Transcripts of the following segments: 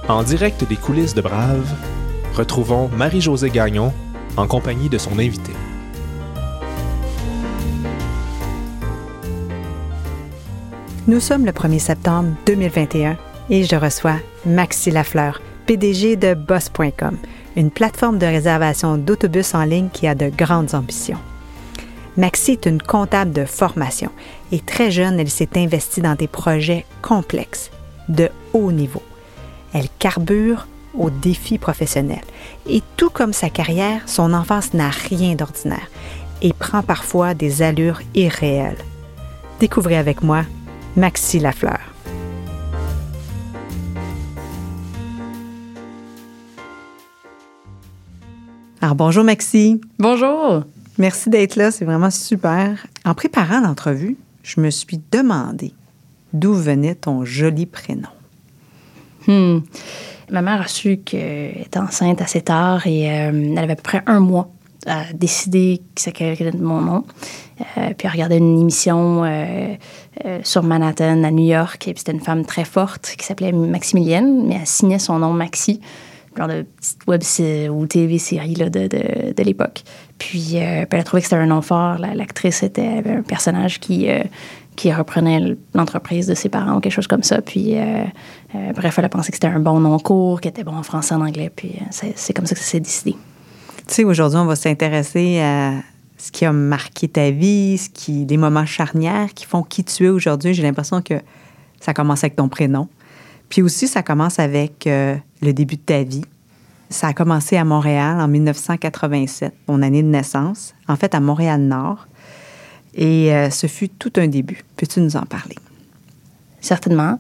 En direct des coulisses de Brave, retrouvons Marie-Josée Gagnon en compagnie de son invité. Nous sommes le 1er septembre 2021 et je reçois Maxie Lafleur, PDG de Boss.com, une plateforme de réservation d'autobus en ligne qui a de grandes ambitions. Maxie est une comptable de formation et très jeune, elle s'est investie dans des projets complexes, de haut niveau. Elle carbure aux défis professionnels. Et tout comme sa carrière, son enfance n'a rien d'ordinaire et prend parfois des allures irréelles. Découvrez avec moi Maxie Lafleur. Alors bonjour Maxie. Bonjour. Merci d'être là, c'est vraiment super. En préparant l'entrevue, je me suis demandé d'où venait ton joli prénom. Ma mère a su qu'elle était enceinte assez tard et elle avait à peu près un mois à décider quel était mon nom. Puis elle regardait une émission sur Manhattan, à New York. Et puis c'était une femme très forte qui s'appelait Maximilienne, mais elle signait son nom Maxie, genre de petite web ou TV-série là, de l'époque. Puis elle a trouvé que c'était un nom fort. L'actrice avait un personnage qui reprenait l'entreprise de ses parents ou quelque chose comme ça. Puis, bref, elle a pensé que c'était un bon nom court, qui était bon en français, en anglais. Puis, c'est comme ça que ça s'est décidé. Tu sais, aujourd'hui, on va s'intéresser à ce qui a marqué ta vie, des moments charnières qui font qui tu es aujourd'hui. J'ai l'impression que ça commence avec ton prénom. Puis aussi, ça commence avec le début de ta vie. Ça a commencé à Montréal en 1987, mon année de naissance, en fait à Montréal-Nord. Et ce fut tout un début. Peux-tu nous en parler? Certainement.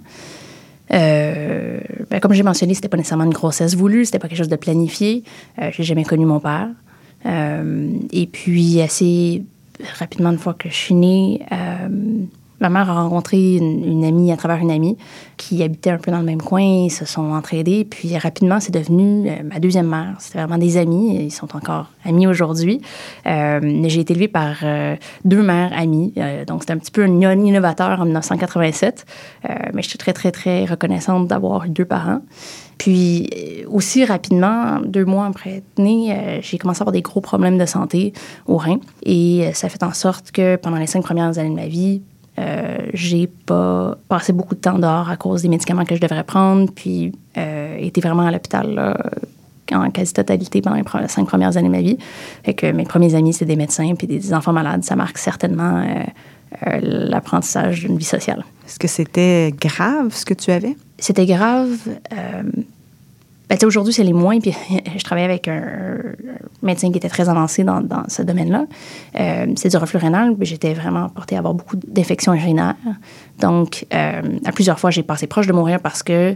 Comme j'ai mentionné, c'était pas nécessairement une grossesse voulue, c'était pas quelque chose de planifié. J'ai jamais connu mon père. Et puis, assez rapidement, une fois que je suis née, ma mère a rencontré une amie à travers une amie qui habitait un peu dans le même coin. Ils se sont entraidés. Puis rapidement, c'est devenu ma deuxième mère. C'était vraiment des amis. Ils sont encore amis aujourd'hui. J'ai été élevée par deux mères amies. Donc, c'était un petit peu un innovateur en 1987. Mais je suis très, très, très reconnaissante d'avoir eu deux parents. Puis aussi rapidement, 2 mois après être née, j'ai commencé à avoir des gros problèmes de santé aux reins. Et ça fait en sorte que pendant les 5 premières années de ma vie, j'ai pas passé beaucoup de temps dehors à cause des médicaments que je devrais prendre, puis été vraiment à l'hôpital là, en quasi-totalité pendant les 5 premières années de ma vie. Fait que mes premiers amis, c'est des médecins puis des enfants malades. Ça marque certainement l'apprentissage d'une vie sociale. Est-ce que c'était grave, ce que tu avais? C'était grave. Aujourd'hui, c'est les moins. Puis je travaillais avec un médecin qui était très avancé dans ce domaine-là. C'est du reflux rénal. J'étais vraiment portée à avoir beaucoup d'infections urinaires. Donc, à plusieurs fois, j'ai passé proche de mourir parce que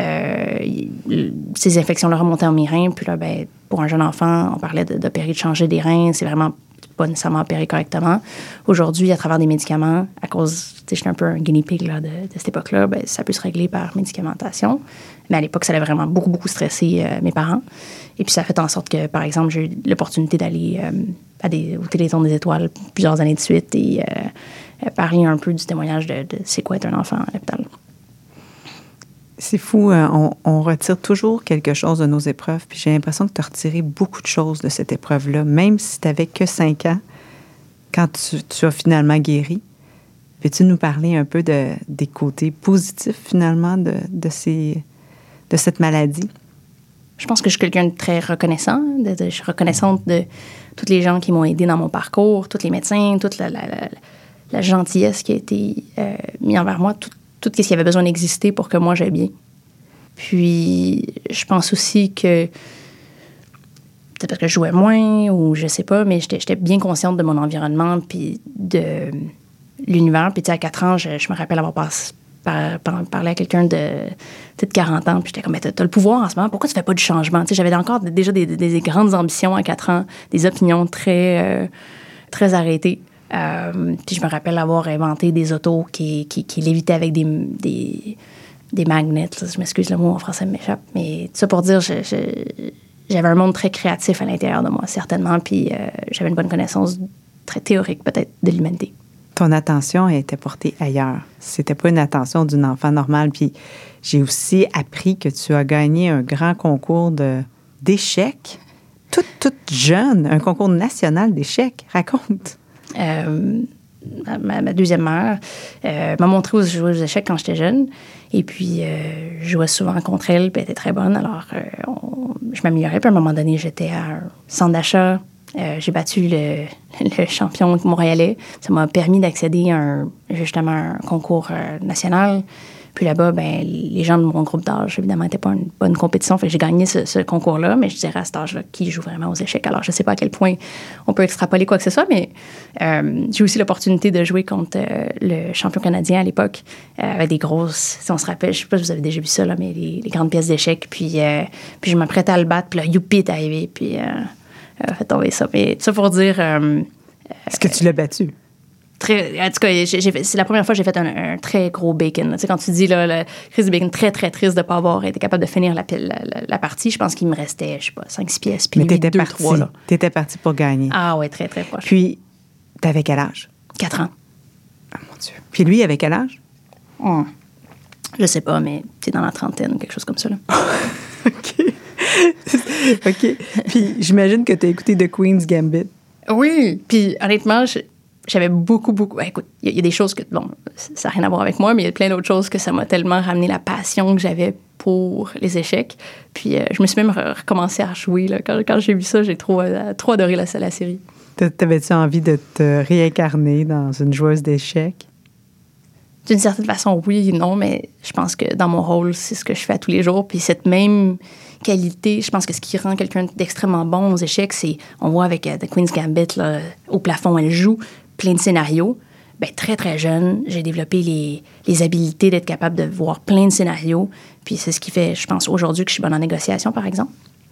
ces infections-là remontaient en mes reins. Puis là, pour un jeune enfant, on parlait d'opérer, de changer des reins. C'est vraiment pas nécessairement opéré correctement. Aujourd'hui, à travers des médicaments, à cause, j'étais un peu un guinea pig là, de cette époque-là, ça peut se régler par médicamentation. Mais à l'époque, ça avait vraiment beaucoup, beaucoup stressé mes parents. Et puis, ça a fait en sorte que, par exemple, j'ai eu l'opportunité d'aller au Téléthon des étoiles plusieurs années de suite et parler un peu du témoignage de c'est quoi être un enfant à l'hôpital. C'est fou, on retire toujours quelque chose de nos épreuves, puis j'ai l'impression que tu as retiré beaucoup de choses de cette épreuve-là, même si tu n'avais que 5 ans, quand tu as finalement guéri. Peux-tu nous parler un peu des côtés positifs, finalement, de cette maladie? Je pense que je suis quelqu'un de très reconnaissant. Je suis reconnaissante de tous les gens qui m'ont aidé dans mon parcours, tous les médecins, toute la gentillesse qui a été mise envers moi, tout ce qui avait besoin d'exister pour que moi, j'aille bien. Puis, je pense aussi que peut-être parce que je jouais moins ou je sais pas, mais j'étais bien consciente de mon environnement puis de l'univers. Puis, à 4 ans, je me rappelle avoir parlé à quelqu'un de 40 ans. Puis, j'étais comme, mais t'as le pouvoir en ce moment. Pourquoi tu fais pas du changement? J'avais encore déjà des grandes ambitions à 4 ans, des opinions très, très arrêtées. Puis je me rappelle avoir inventé des autos qui lévitaient avec des magnets. Là. Je m'excuse, le mot en français m'échappe. Mais tout ça pour dire, j'avais un monde très créatif à l'intérieur de moi, certainement. Puis j'avais une bonne connaissance très théorique, peut-être, de l'humanité. ton attention était portée ailleurs. C'était pas une attention d'une enfant normale. Puis j'ai aussi appris que tu as gagné un grand concours d'échecs, toute jeune, un concours national d'échecs. Raconte. Ma deuxième mère m'a montré où je jouais aux échecs quand j'étais jeune. Et puis, je jouais souvent contre elle, puis elle était très bonne. Alors, je m'améliorais. Puis à un moment donné, j'étais à un centre d'achat. J'ai battu le champion montréalais. Ça m'a permis d'accéder à justement un concours national. Puis là-bas, ben, les gens de mon groupe d'âge, évidemment, n'étaient pas une bonne compétition. Fait que j'ai gagné ce concours-là, mais je dirais à cet âge-là qui joue vraiment aux échecs. Alors, je ne sais pas à quel point on peut extrapoler quoi que ce soit, mais j'ai aussi l'opportunité de jouer contre le champion canadien à l'époque, avec des grosses, si on se rappelle, je ne sais pas si vous avez déjà vu ça, là, mais les grandes pièces d'échecs. Puis je m'apprêtais à le battre, puis là, youpi est arrivé, puis fait tomber ça. Mais tout ça pour dire... Est-ce que tu l'as battu? En tout cas, c'est la première fois que j'ai fait un très gros bacon. Tu sais, quand tu dis là, le Chris de bacon, très, très triste de ne pas avoir été capable de finir la partie, je pense qu'il me restait, je sais pas, 5-6 pièces. Puis mais lui, 2-3. Tu étais parti pour gagner. Ah oui, très, très proche. Puis, tu avais quel âge? 4 ans. Ah, mon Dieu. Puis lui, avait quel âge? Je sais pas, mais c'est dans la trentaine ou quelque chose comme ça. Là. OK. OK. Puis, j'imagine que tu as écouté The Queen's Gambit. Oui. Puis, honnêtement, j'avais beaucoup... Écoute, il y a des choses que... Bon, ça n'a rien à voir avec moi, mais il y a plein d'autres choses que ça m'a tellement ramené la passion que j'avais pour les échecs. Puis je me suis même recommencé à jouer. Là. Quand j'ai vu ça, j'ai trop adoré la série. T'avais-tu envie de te réincarner dans une joueuse d'échecs? D'une certaine façon, oui et non, mais je pense que dans mon rôle, c'est ce que je fais tous les jours. Puis cette même qualité, je pense que ce qui rend quelqu'un d'extrêmement bon aux échecs, c'est... On voit avec The Queen's Gambit, là, au plafond, elle joue plein de scénarios. Bien, très, très jeune, j'ai développé les habiletés d'être capable de voir plein de scénarios. Puis c'est ce qui fait, je pense, aujourd'hui que je suis bonne en négociation, par exemple.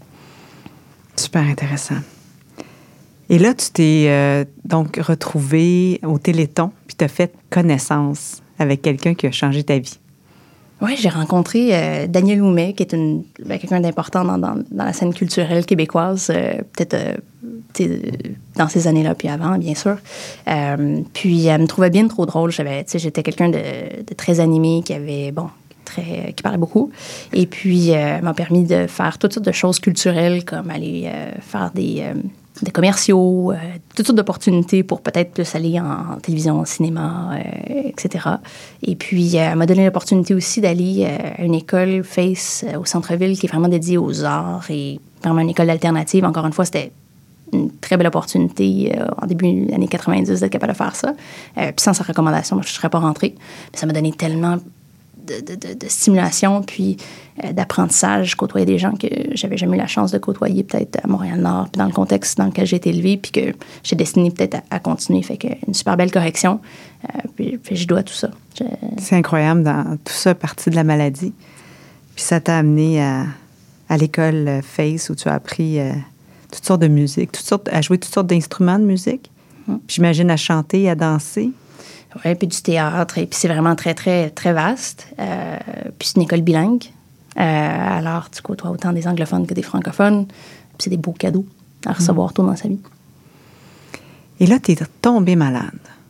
Super intéressant. Et là, tu t'es donc retrouvée au Téléthon, puis tu as fait connaissance avec quelqu'un qui a changé ta vie. Oui, j'ai rencontré Daniel Ouimet, qui est quelqu'un d'important dans la scène culturelle québécoise, peut-être dans ces années-là, puis avant, bien sûr. Puis elle me trouvait bien trop drôle. J'étais quelqu'un de très animé, qui parlait beaucoup. Et puis, elle m'a permis de faire toutes sortes de choses culturelles, comme aller faire des commerciaux, toutes sortes d'opportunités pour peut-être plus aller en télévision, en cinéma, etc. Et puis, elle m'a donné l'opportunité aussi d'aller à une école FACE au centre-ville qui est vraiment dédiée aux arts et vraiment une école alternative. Encore une fois, c'était une très belle opportunité en début des années 90 d'être capable de faire ça. Puis sans sa recommandation, moi, je ne serais pas rentrée. Mais ça m'a donné tellement de stimulation puis d'apprentissage. Je côtoyais des gens que j'avais jamais eu la chance de côtoyer peut-être à Montréal-Nord, puis dans le contexte dans lequel j'ai été élevée, puis que j'ai destiné peut-être à continuer. Fait que une super belle correction. Puis je dois tout ça. C'est incroyable, dans tout ça, partie de la maladie. Puis ça t'a amené à l'école FACE où tu as appris toutes sortes de musique, à jouer toutes sortes d'instruments de musique. Puis j'imagine à chanter, à danser. Oui, puis du théâtre. Et puis c'est vraiment très, très, très vaste. Puis c'est une école bilingue. Alors, tu côtoies autant des anglophones que des francophones. Puis c'est des beaux cadeaux à recevoir tôt dans sa vie. Et là, tu es tombée malade.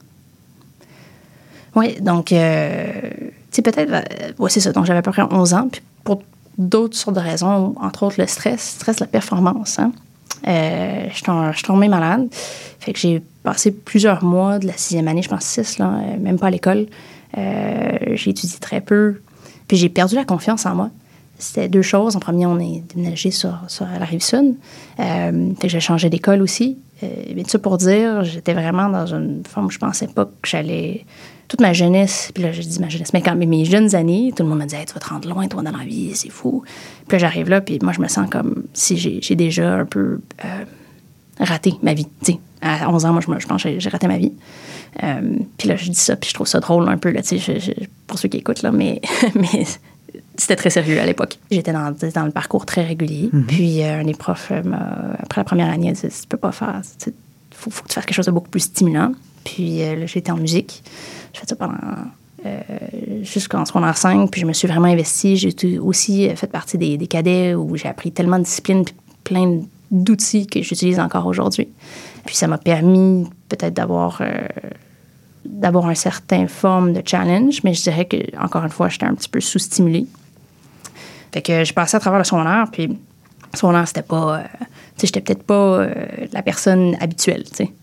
Oui, donc, tu sais, peut-être... oui, c'est ça. Donc, j'avais à peu près 11 ans. Puis pour d'autres sortes de raisons, entre autres le stress de la performance, hein. Je suis tombée malade. Fait que j'ai passé plusieurs mois de la 6e année, je pense 6, là, même pas à l'école. J'ai étudié très peu. Puis j'ai perdu la confiance en moi. C'était 2 choses. En premier, on est déménagé sur la Rive-Sud. Fait que j'ai changé d'école aussi. Mais tout ça pour dire, j'étais vraiment dans une forme où je pensais pas que j'allais... Toute ma jeunesse, puis là, je dis ma jeunesse, mais quand même mes jeunes années, tout le monde me disait hey, « tu vas te rendre loin, toi, dans la vie, c'est fou ». Puis là, j'arrive là, puis moi, je me sens comme si j'ai déjà un peu raté ma vie. Tu sais, à 11 ans, moi, je pense que j'ai raté ma vie. Puis là, je dis ça, puis je trouve ça drôle un peu, là, tu sais, pour ceux qui écoutent, là, mais c'était très sérieux à l'époque. J'étais dans le parcours très régulier, puis un des profs, après la première année, a dit « tu peux pas faire, faut que tu fasses quelque chose de beaucoup plus stimulant ». Puis là, j'étais en musique. J'ai fait ça pendant jusqu'en secondaire 5, puis je me suis vraiment investie. J'ai aussi fait partie des cadets où j'ai appris tellement de disciplines puis plein d'outils que j'utilise encore aujourd'hui. Puis ça m'a permis peut-être d'avoir d'avoir une certaine forme de challenge, mais je dirais que, encore une fois, j'étais un petit peu sous-stimulée. Fait que je passais à travers le secondaire, puis le secondaire, c'était pas... tu sais, j'étais peut-être pas la personne habituelle, tu sais.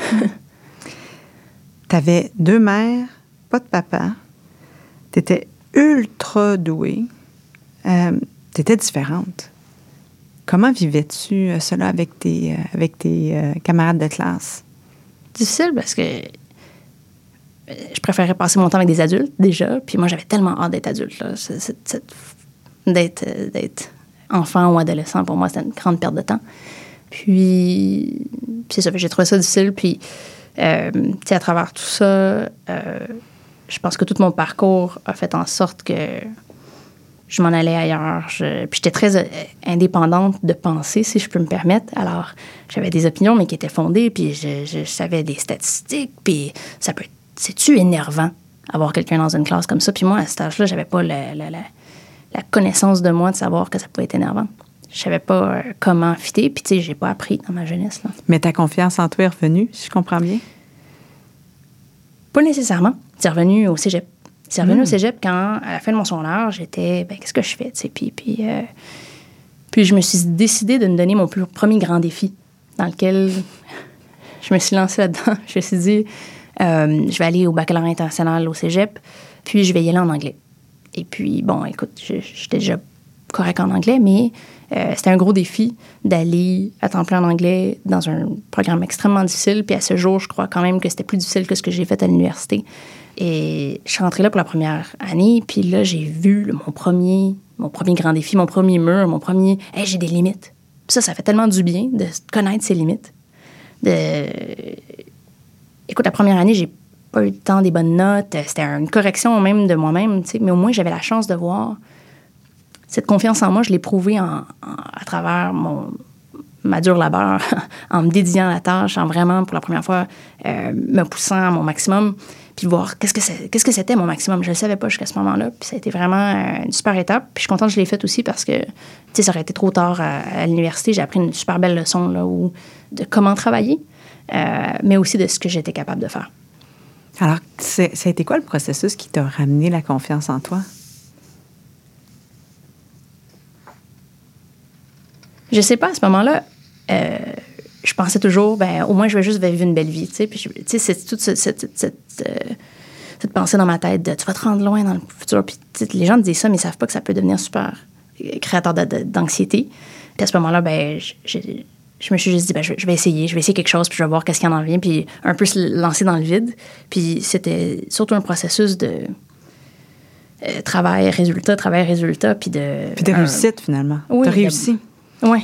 T'avais 2 mères, pas de papa. T'étais ultra douée. T'étais différente. Comment vivais-tu cela avec tes camarades de classe? Difficile parce que je préférais passer mon temps avec des adultes, déjà. Puis moi, j'avais tellement hâte d'être adulte, là. D'être enfant ou adolescent, pour moi, c'était une grande perte de temps. Puis c'est ça, j'ai trouvé ça difficile. Puis, tu sais, à travers tout ça, je pense que tout mon parcours a fait en sorte que je m'en allais ailleurs. Puis j'étais très indépendante de penser, si je peux me permettre. Alors, j'avais des opinions, mais qui étaient fondées, puis je savais des statistiques, puis ça peut être... C'est-tu énervant, avoir quelqu'un dans une classe comme ça? Puis moi, à cet âge-là, j'avais pas la connaissance de moi de savoir que ça pouvait être énervant. Je savais pas comment fitter, puis tu sais, j'ai pas appris dans ma jeunesse, là. Mais ta confiance en toi est revenue, si je comprends bien? Pas nécessairement. C'est revenu au cégep. C'est revenu au cégep quand, à la fin de mon secondaire, j'étais, qu'est-ce que je fais, tu sais? Puis je me suis décidée de me donner mon premier grand défi dans lequel je me suis lancée là-dedans. Je me suis dit, je vais aller au baccalauréat international au cégep, puis je vais y aller en anglais. Et puis, bon, écoute, j'étais déjà correct en anglais, mais c'était un gros défi d'aller à temps plein en anglais dans un programme extrêmement difficile. Puis à ce jour, je crois quand même que c'était plus difficile que ce que j'ai fait à l'université. Et je suis rentrée là pour la première année, puis là, j'ai vu mon premier grand défi, mon premier mur, mon premier... Hey, j'ai des limites. Puis ça fait tellement du bien de connaître ses limites. Écoute, la première année, j'ai pas eu tant des bonnes notes. C'était une correction même de moi-même, tu sais. Mais au moins, j'avais la chance de voir cette confiance en moi. Je l'ai prouvée à travers ma dure labeur, en me dédiant à la tâche, en vraiment, pour la première fois, me poussant à mon maximum, puis voir qu'est-ce que c'était mon maximum. Je le savais pas jusqu'à ce moment-là. Puis ça a été vraiment une super étape. Puis je suis contente que je l'ai faite aussi parce que, tu sais, ça aurait été trop tard à l'université. J'ai appris une super belle leçon, là, de comment travailler, mais aussi de ce que j'étais capable de faire. Alors, ça a été quoi le processus qui t'a ramené la confiance en toi? Je sais pas, à ce moment-là, je pensais toujours, au moins, je vais juste vivre une belle vie, tu sais. Puis, tu sais, c'est toute cette pensée dans ma tête de tu vas te rendre loin dans le futur. Puis, les gens te disent ça, mais ils savent pas que ça peut devenir super créateur d'anxiété. Puis, à ce moment-là, je me suis juste dit, je vais essayer quelque chose, puis je vais voir qu'est-ce qu'il y en vient, puis un peu se lancer dans le vide. Puis, c'était surtout un processus de travail, résultat, puis de... Puis de réussite, finalement. Oui. T'as réussi. Oui.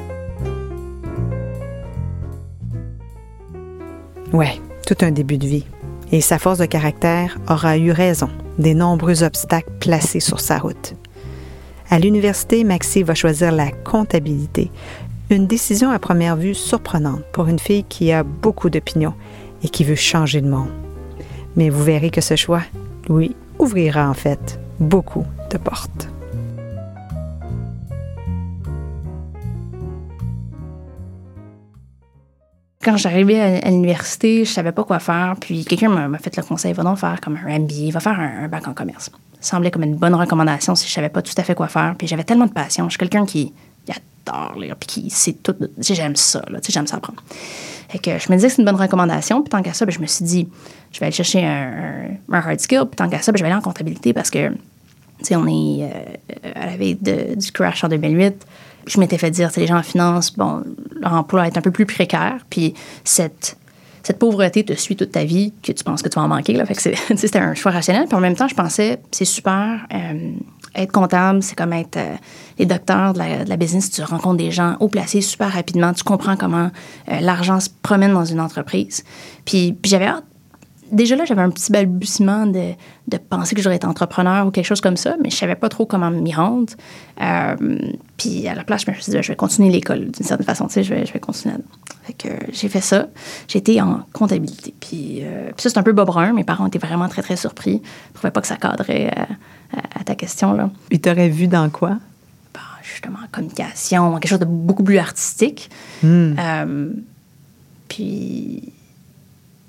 Oui, tout un début de vie. Et sa force de caractère aura eu raison des nombreux obstacles placés sur sa route. À l'université, Maxi va choisir la comptabilité. Une décision à première vue surprenante pour une fille qui a beaucoup d'opinions et qui veut changer le monde. Mais vous verrez que ce choix, lui, ouvrira en fait beaucoup de portes. Quand j'arrivais à l'université, je savais pas quoi faire. Puis quelqu'un m'a fait le conseil, va donc faire comme un MBA, va faire un bac en commerce. Ça semblait comme une bonne recommandation si je savais pas tout à fait quoi faire. Puis j'avais tellement de passion. Je suis quelqu'un qui adore lire, puis qui sait tout. J'aime ça, là, j'aime ça apprendre. Fait que je me disais que c'est une bonne recommandation. Puis tant qu'à ça, je me suis dit, je vais aller chercher un hard skill. Puis tant qu'à ça, je vais aller en comptabilité parce que, tu sais, on est à la veille du crash en 2008. Je m'étais fait dire, les gens en finance, bon, leur emploi est un peu plus précaire, puis cette pauvreté te suit toute ta vie, que tu penses que tu vas en manquer, là. Fait que c'était un choix rationnel. Puis en même temps, je pensais, c'est super, être comptable, c'est comme être les docteurs de la business. Tu rencontres des gens haut placés super rapidement, tu comprends comment l'argent se promène dans une entreprise. Puis j'avais hâte. Déjà là, j'avais un petit balbutiement de penser que je devrais être entrepreneur ou quelque chose comme ça, mais je savais pas trop comment m'y rendre. Puis à la place, je me suis dit, je vais continuer l'école d'une certaine façon, tu sais, je vais continuer. Fait que j'ai fait ça. J'ai été en comptabilité. Puis ça, c'est un peu bobrun. Mes parents étaient vraiment très, très surpris. Ils trouvaient pas que ça cadrait à ta question, là. Ils t'auraient vu dans quoi? Justement, en communication, quelque chose de beaucoup plus artistique. Puis...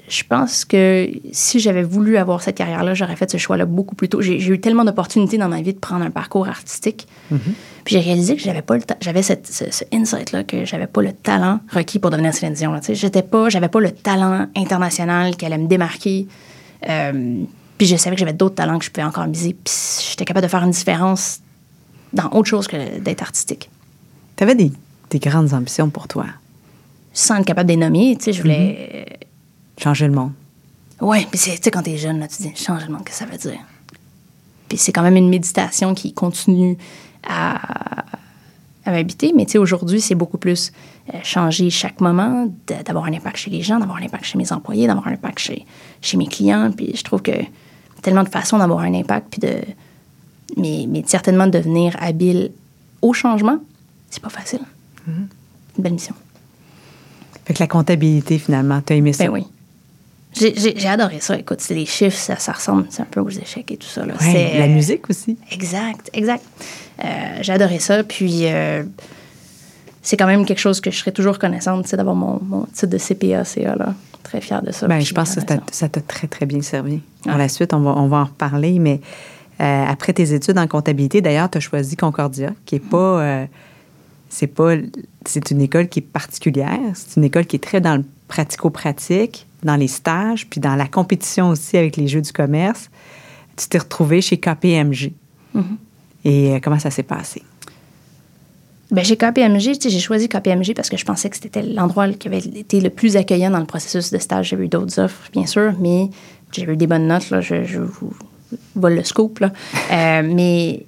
je pense que si j'avais voulu avoir cette carrière-là, j'aurais fait ce choix-là beaucoup plus tôt. J'ai eu tellement d'opportunités dans ma vie de prendre un parcours artistique. Mm-hmm. Puis j'ai réalisé que j'avais pas j'avais ce insight-là, que j'avais pas le talent requis pour devenir Céline Dion. J'avais pas le talent international qui allait me démarquer. Puis je savais que j'avais d'autres talents que je pouvais encore miser. Puis j'étais capable de faire une différence dans autre chose que d'être artistique. Tu avais des grandes ambitions pour toi. Sans être capable de les nommer, je voulais... Changer le monde. Oui, puis tu sais, quand t'es jeune, là, tu dis changer le monde, qu'est-ce que ça veut dire? Puis c'est quand même une méditation qui continue à m'habiter, mais tu sais, aujourd'hui, c'est beaucoup plus changer chaque moment, d'avoir un impact chez les gens, d'avoir un impact chez mes employés, d'avoir un impact chez mes clients. Puis je trouve que tellement de façons d'avoir un impact, puis mais certainement de devenir habile au changement, c'est pas facile. Mm-hmm. Une belle mission. Fait que la comptabilité, finalement, t'as aimé ça? Ben oui. J'ai adoré ça. Écoute, c'est des chiffres, ça ressemble un peu aux échecs et tout ça. Là. Ouais, la musique aussi. Exact. J'ai adoré ça. Puis, c'est quand même quelque chose que je serais toujours reconnaissante, d'avoir mon titre de CPA, là. Très fière de ça. Ben, je pense que ça t'a très, très bien servi. Pour la suite, on va en reparler. Mais après tes études en comptabilité, d'ailleurs, tu as choisi Concordia, qui est pas... c'est une école qui est particulière. C'est une école qui est très dans le pratico-pratique, dans les stages, puis dans la compétition aussi avec les jeux du commerce. Tu t'es retrouvée chez KPMG. Mm-hmm. Et comment ça s'est passé? Bien, chez KPMG, j'ai choisi KPMG parce que je pensais que c'était l'endroit qui avait été le plus accueillant dans le processus de stage. J'avais eu d'autres offres, bien sûr, mais j'avais eu des bonnes notes. Là, je vous vole le scoop. Là. Mais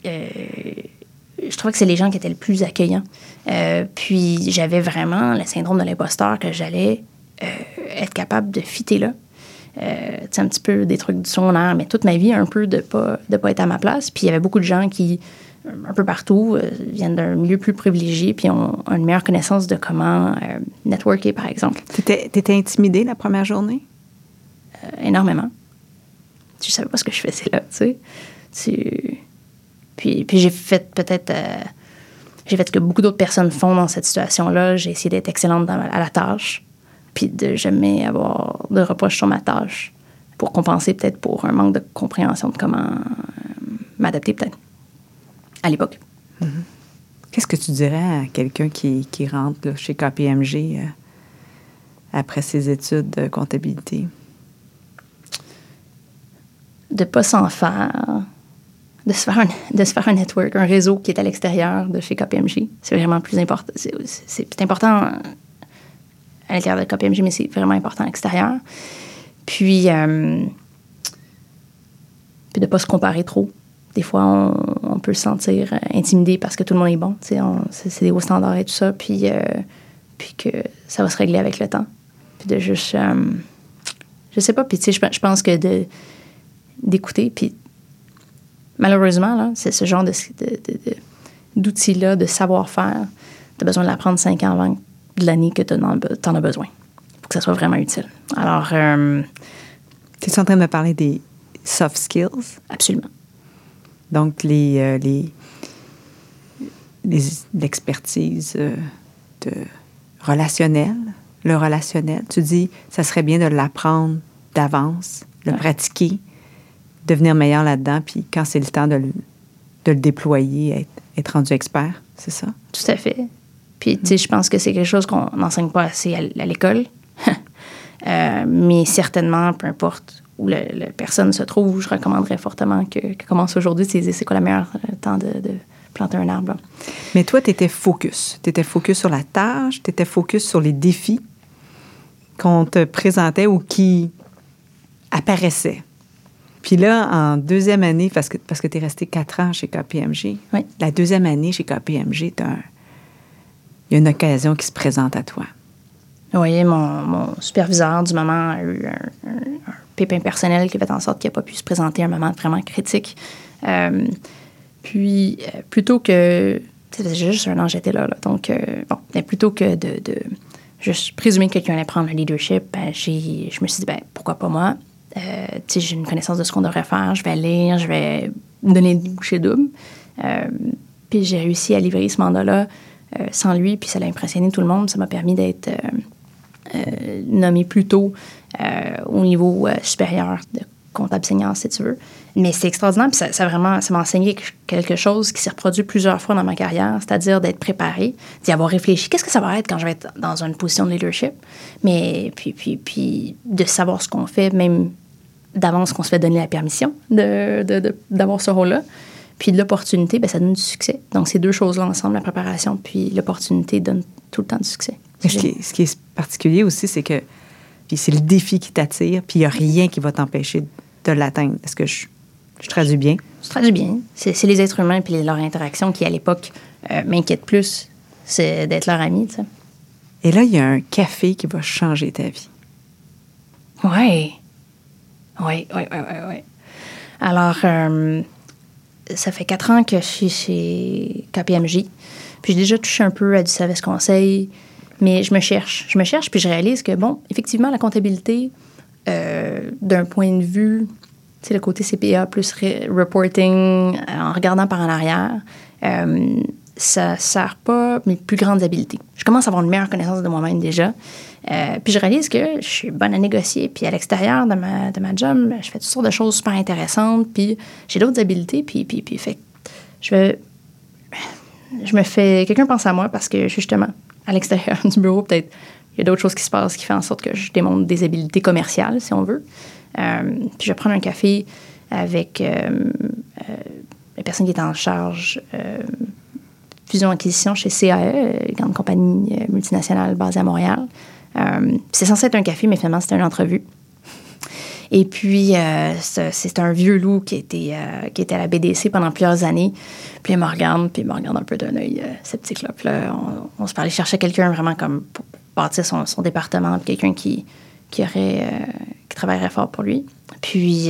je trouvais que c'est les gens qui étaient le plus accueillants. Puis j'avais vraiment le syndrome de l'imposteur que j'allais être capable de fitter là. Un petit peu des trucs du secondaire, mais toute ma vie, un peu de pas être à ma place. Puis il y avait beaucoup de gens qui, un peu partout, viennent d'un milieu plus privilégié puis ont une meilleure connaissance de comment networker, par exemple. T'étais intimidée la première journée? Énormément. Je savais pas ce que je faisais là, tu sais. Puis j'ai fait peut-être... j'ai fait ce que beaucoup d'autres personnes font dans cette situation-là. J'ai essayé d'être excellente à la tâche, puis de jamais avoir de reproches sur ma tâche pour compenser peut-être pour un manque de compréhension de comment m'adapter peut-être à l'époque. Mm-hmm. Qu'est-ce que tu dirais à quelqu'un qui rentre là, chez KPMG après ses études de comptabilité? De ne pas s'en faire... De se faire un network, un réseau qui est à l'extérieur de chez KPMG. C'est vraiment plus important. C'est important à l'intérieur de KPMG, mais c'est vraiment important à l'extérieur. Puis de ne pas se comparer trop. Des fois, on peut se sentir intimidé parce que tout le monde est bon. C'est des hauts standards et tout ça. Puis que ça va se régler avec le temps. Puis de juste... je sais pas. Puis tu sais, je pense que d'écouter, puis malheureusement, là, c'est ce genre d'outils-là, de savoir-faire. Tu as besoin de l'apprendre 5 ans avant de l'année que tu en as besoin pour que ça soit vraiment utile. Alors... tu es en train de me parler des soft skills? Absolument. Donc, l'expertise de relationnel, le relationnel. Tu dis, ça serait bien de l'apprendre d'avance, de le pratiquer, devenir meilleur là-dedans, puis quand c'est le temps de le déployer, être rendu expert, c'est ça? Tout à fait. Puis, tu sais, je pense que c'est quelque chose qu'on n'enseigne pas assez à l'école. Mais certainement, peu importe où la personne se trouve, je recommanderais fortement que commence aujourd'hui. C'est quoi le meilleur temps de planter un arbre? Là. Mais toi, tu étais focus. Tu étais focus sur la tâche, tu étais focus sur les défis qu'on te présentait ou qui apparaissaient. Puis là, en deuxième année, parce que tu es resté 4 ans chez KPMG, oui. La deuxième année chez KPMG, il y a une occasion qui se présente à toi. Oui, mon superviseur du moment a eu un pépin personnel qui a fait en sorte qu'il n'a pas pu se présenter à un moment vraiment critique. Puis, plutôt que... C'était juste un an, j'étais là. Donc, mais plutôt que de juste présumer que quelqu'un allait prendre le leadership, je me suis dit, pourquoi pas moi? J'ai une connaissance de ce qu'on devrait faire, je vais lire, je vais me donner une bouchée double. Puis j'ai réussi à livrer ce mandat-là sans lui, puis ça l'a impressionné tout le monde. Ça m'a permis d'être nommé plus tôt au niveau supérieur de comptable senior, si tu veux. Mais c'est extraordinaire, puis ça m'a enseigné quelque chose qui s'est reproduit plusieurs fois dans ma carrière, c'est-à-dire d'être préparé, d'y avoir réfléchi. Qu'est-ce que ça va être quand je vais être dans une position de leadership? Mais puis de savoir ce qu'on fait, même d'avance qu'on se fait donner la permission d'avoir ce rôle-là. Puis de l'opportunité, bien, ça donne du succès. Donc, ces deux choses-là ensemble, la préparation puis l'opportunité, donnent tout le temps du succès. Ce qui est particulier aussi, c'est que puis c'est le défi qui t'attire, puis il n'y a rien qui va t'empêcher de l'atteindre. Est-ce que je traduis bien? Je traduis bien. C'est les êtres humains puis leur interaction qui, à l'époque, m'inquiète plus. C'est d'être leur ami, tu sais. Et là, il y a un café qui va changer ta vie. Oui. Alors, ça fait 4 ans que je suis chez KPMG. Puis j'ai déjà touché un peu à du service conseil, mais je me cherche, puis je réalise que, bon, effectivement, la comptabilité, d'un point de vue, tu sais, le côté CPA plus reporting, en regardant par en arrière, ça ne sert pas mes plus grandes habiletés. Je commence à avoir une meilleure connaissance de moi-même déjà. Puis je réalise que je suis bonne à négocier. Puis à l'extérieur de ma job, je fais toutes sortes de choses super intéressantes. Puis j'ai d'autres habiletés. Puis fait, je me fais... Quelqu'un pense à moi parce que justement, à l'extérieur du bureau, peut-être, il y a d'autres choses qui se passent qui font en sorte que je démontre des habiletés commerciales, si on veut. Puis je vais prendre un café avec la personne qui est en charge fusion-acquisition chez CAE, une grande compagnie multinationale basée à Montréal. C'est censé être un café, mais finalement, c'était une entrevue. Et puis, c'est un vieux loup qui était à la BDC pendant plusieurs années. Puis il me regarde un peu d'un œil sceptique. Là. Puis là, on se parlait chercher quelqu'un vraiment comme pour bâtir son département, puis quelqu'un qui travaillerait fort pour lui. Puis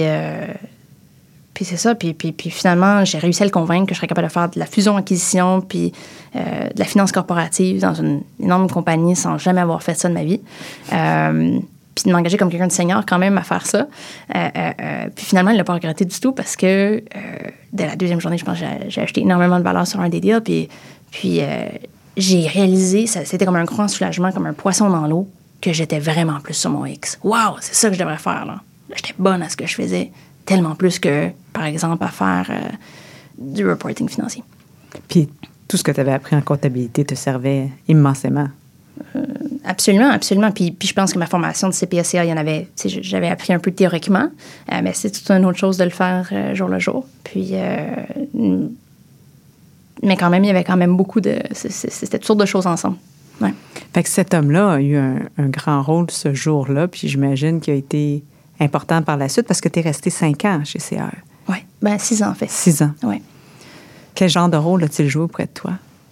c'est ça. Puis finalement, j'ai réussi à le convaincre que je serais capable de faire de la fusion-acquisition puis de la finance corporative dans une énorme compagnie sans jamais avoir fait ça de ma vie. Puis de m'engager comme quelqu'un de senior quand même à faire ça. Puis finalement, il ne l'a pas regretté du tout parce que dès la deuxième journée, je pense que j'ai acheté énormément de valeur sur un des deals. Puis j'ai réalisé, c'était comme un grand soulagement, comme un poisson dans l'eau, que j'étais vraiment plus sur mon X. Wow, c'est ça que je devrais faire, là. J'étais bonne à ce que je faisais. Tellement plus que, par exemple, à faire du reporting financier. Puis tout ce que tu avais appris en comptabilité te servait immensément. Absolument. Puis je pense que ma formation de CPSCA, j'avais appris un peu théoriquement, mais c'est toute une autre chose de le faire jour le jour. Puis, mais quand même, il y avait quand même beaucoup de... C'était toutes sortes de choses ensemble. Ouais. Fait que cet homme-là a eu un grand rôle ce jour-là, puis j'imagine qu'il a été important par la suite parce que tu es resté 5 ans chez CAE. Oui, 6 ans en fait. 6 ans. Oui. Quel genre de rôle a-t-il joué auprès de toi?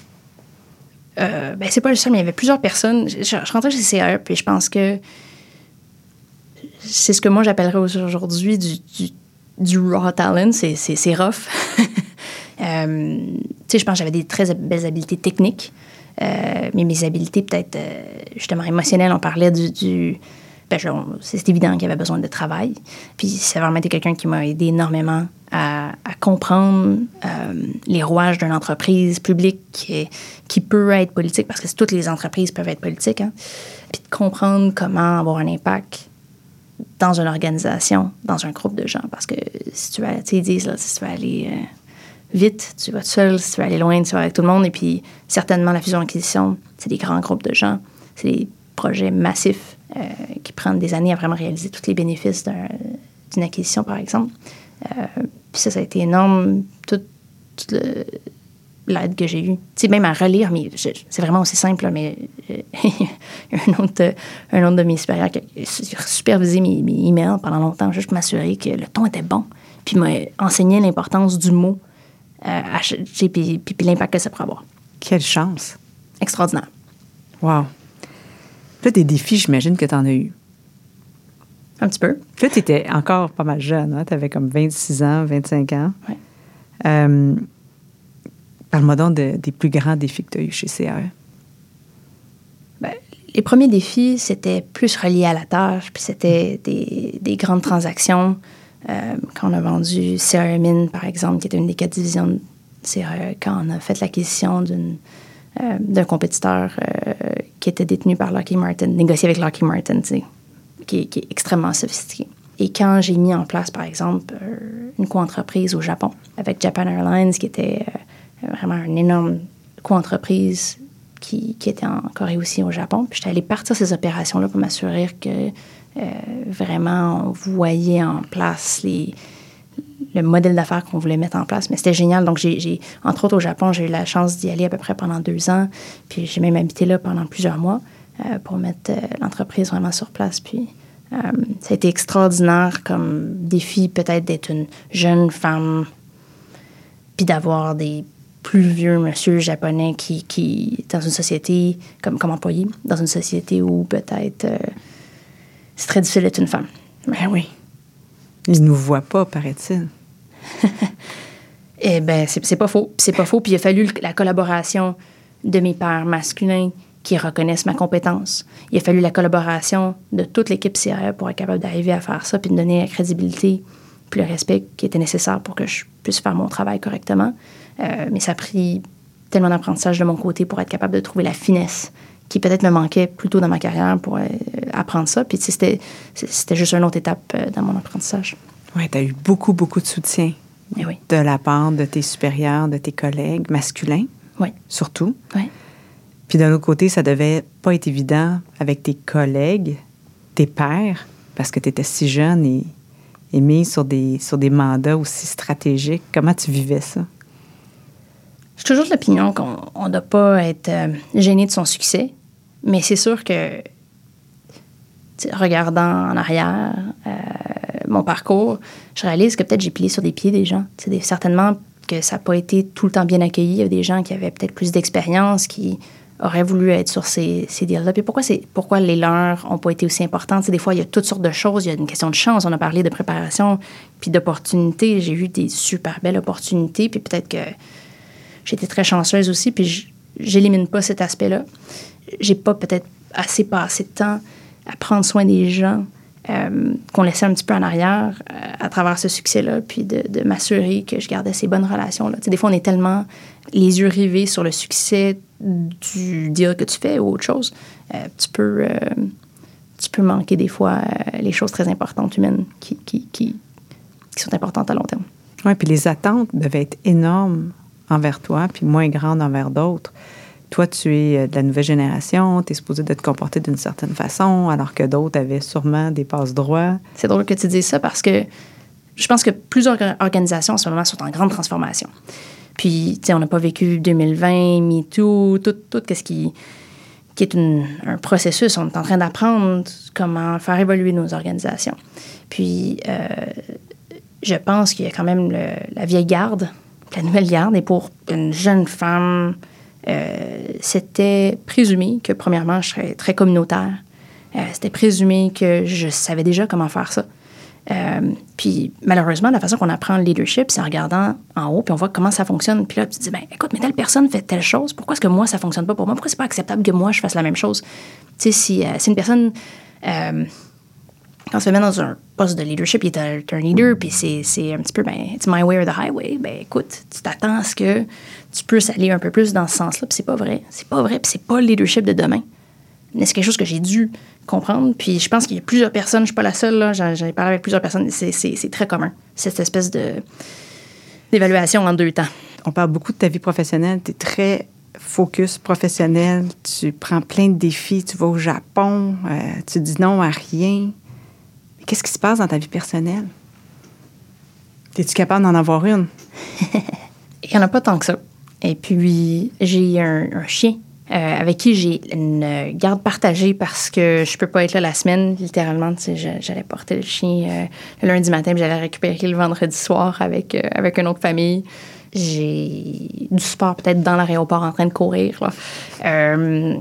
C'est pas le seul, mais il y avait plusieurs personnes. Je rentrais chez CAE, puis je pense que c'est ce que moi j'appellerais aujourd'hui du raw talent. C'est rough. Je pense que j'avais des très belles habiletés techniques, mais mes habiletés peut-être justement émotionnelles, on parlait c'est évident qu'il y avait besoin de travail. Puis ça a vraiment été quelqu'un qui m'a aidé énormément à comprendre les rouages d'une entreprise publique qui peut être politique, parce que toutes les entreprises peuvent être politiques, hein. Puis de comprendre comment avoir un impact dans une organisation, dans un groupe de gens. Parce que si tu vas, ils disent, là, si tu vas aller vite, tu vas tout seul. Si tu vas aller loin, tu vas avec tout le monde. Et puis, certainement, la fusion-acquisition, c'est des grands groupes de gens. C'est des projets massifs qui prennent des années à vraiment réaliser tous les bénéfices d'une acquisition, par exemple. Puis ça a été énorme, toute l'aide que j'ai eue. Tu sais, même à relire, mais c'est vraiment aussi simple, là, mais un autre de mes supérieurs qui a supervisé mes emails pendant longtemps, juste pour m'assurer que le ton était bon, puis m'a enseigné l'importance du mot, puis l'impact que ça pourrait avoir. Quelle chance! Extraordinaire. Wow! Là, des défis, j'imagine que tu en as eu. Un petit peu. Puis là, tu étais encore pas mal jeune. Hein? Tu avais comme 26 ans, 25 ans. Oui. Parle-moi donc des plus grands défis que tu as eus chez CAE. Les premiers défis, c'était plus relié à la tâche, puis c'était des grandes transactions. Quand on a vendu CAE Mines, par exemple, qui était une des 4 divisions de CAE, quand on a fait l'acquisition d'un compétiteur qui était détenu par Lockheed Martin, négocié avec Lockheed Martin, tu sais, qui est extrêmement sophistiqué. Et quand j'ai mis en place, par exemple, une co-entreprise au Japon avec Japan Airlines, qui était vraiment une énorme co-entreprise qui était en Corée aussi, au Japon, puis j'étais allée partir ces opérations-là pour m'assurer que vraiment on voyait en place le modèle d'affaires qu'on voulait mettre en place. Mais c'était génial. Donc, entre autres, au Japon, j'ai eu la chance d'y aller à peu près pendant 2 ans. Puis, j'ai même habité là pendant plusieurs mois pour mettre l'entreprise vraiment sur place. Puis, ça a été extraordinaire comme défi, peut-être, d'être une jeune femme puis d'avoir des plus vieux monsieur japonais qui dans une société, comme employé, dans une société où peut-être c'est très difficile d'être une femme. Ben oui. Ils ne nous voient pas, paraît-il. Eh bien, c'est pas faux. C'est pas faux. Puis il a fallu la collaboration de mes pairs masculins qui reconnaissent ma compétence. Il a fallu la collaboration de toute l'équipe CRE pour être capable d'arriver à faire ça puis de donner la crédibilité puis le respect qui était nécessaire pour que je puisse faire mon travail correctement. Mais ça a pris tellement d'apprentissage de mon côté pour être capable de trouver la finesse qui peut-être me manquait plus tôt dans ma carrière pour apprendre ça. Puis c'était juste une autre étape dans mon apprentissage. Oui, tu as eu beaucoup, beaucoup de soutien de la part de tes supérieurs, de tes collègues masculins, surtout. Oui. Puis d'un autre côté, ça devait pas être évident avec tes collègues, tes pairs, parce que tu étais si jeune et mis sur des mandats aussi stratégiques. Comment tu vivais ça? J'ai toujours de l'opinion qu'on ne doit pas être gêné de son succès, mais c'est sûr que, regardant en arrière mon parcours, je réalise que peut-être j'ai plié sur des pieds des gens. Certainement que ça n'a pas été tout le temps bien accueilli. Il y a des gens qui avaient peut-être plus d'expérience, qui auraient voulu être sur ces deals-là. Puis pourquoi les leurs n'ont pas été aussi importantes? Des fois, il y a toutes sortes de choses. Il y a une question de chance. On a parlé de préparation puis d'opportunités. J'ai eu des super belles opportunités. Puis peut-être que j'ai été très chanceuse aussi. Puis j'élimine pas cet aspect-là. J'ai pas peut-être assez passé de temps à prendre soin des gens qu'on laissait un petit peu en arrière à travers ce succès-là, puis de m'assurer que je gardais ces bonnes relations-là. Des fois, on est tellement les yeux rivés sur le succès du deal que tu fais ou autre chose. Tu peux manquer des fois les choses très importantes humaines qui sont importantes à long terme. Oui, puis les attentes devaient être énormes envers toi, puis moins grandes envers d'autres. Toi, tu es de la nouvelle génération, tu es supposé de te comporter d'une certaine façon, alors que d'autres avaient sûrement des passe-droits. C'est drôle que tu dises ça parce que je pense que plusieurs organisations en ce moment sont en grande transformation. Puis, tu sais, on n'a pas vécu 2020, MeToo, tout ce qui est un processus. On est en train d'apprendre comment faire évoluer nos organisations. Puis, je pense qu'il y a quand même la vieille garde, la nouvelle garde. Et pour une jeune femme, c'était présumé que, premièrement, je serais très communautaire. C'était présumé que je savais déjà comment faire ça. Puis, malheureusement, la façon qu'on apprend le leadership, c'est en regardant en haut, puis on voit comment ça fonctionne. Puis là, tu te dis, ben, écoute, mais telle personne fait telle chose, pourquoi est-ce que moi, ça fonctionne pas pour moi? Pourquoi c'est pas acceptable que moi, je fasse la même chose? Tu sais, si une personne, quand on se met dans un poste de leadership, il est un leader, puis c'est un petit peu, ben, it's my way or the highway. Ben, écoute, tu t'attends à ce que tu puisses aller un peu plus dans ce sens-là, puis c'est pas vrai. C'est pas vrai, puis c'est pas le leadership de demain. Mais c'est quelque chose que j'ai dû comprendre. Puis je pense qu'il y a plusieurs personnes, je ne suis pas la seule, là, j'en ai parlé avec plusieurs personnes, c'est très commun, cette espèce d'évaluation en 2 temps. On parle beaucoup de ta vie professionnelle, tu es très focus professionnel, tu prends plein de défis, tu vas au Japon, tu dis non à rien. Mais qu'est-ce qui se passe dans ta vie personnelle? Es-tu capable d'en avoir une? Il n'y en a pas tant que ça. Et puis, j'ai un chien. Avec qui j'ai une garde partagée parce que je peux pas être là la semaine, littéralement. J'allais porter le chien le lundi matin, puis j'allais récupérer le vendredi soir avec une autre famille. J'ai du sport peut-être dans l'aéroport en train de courir. Là.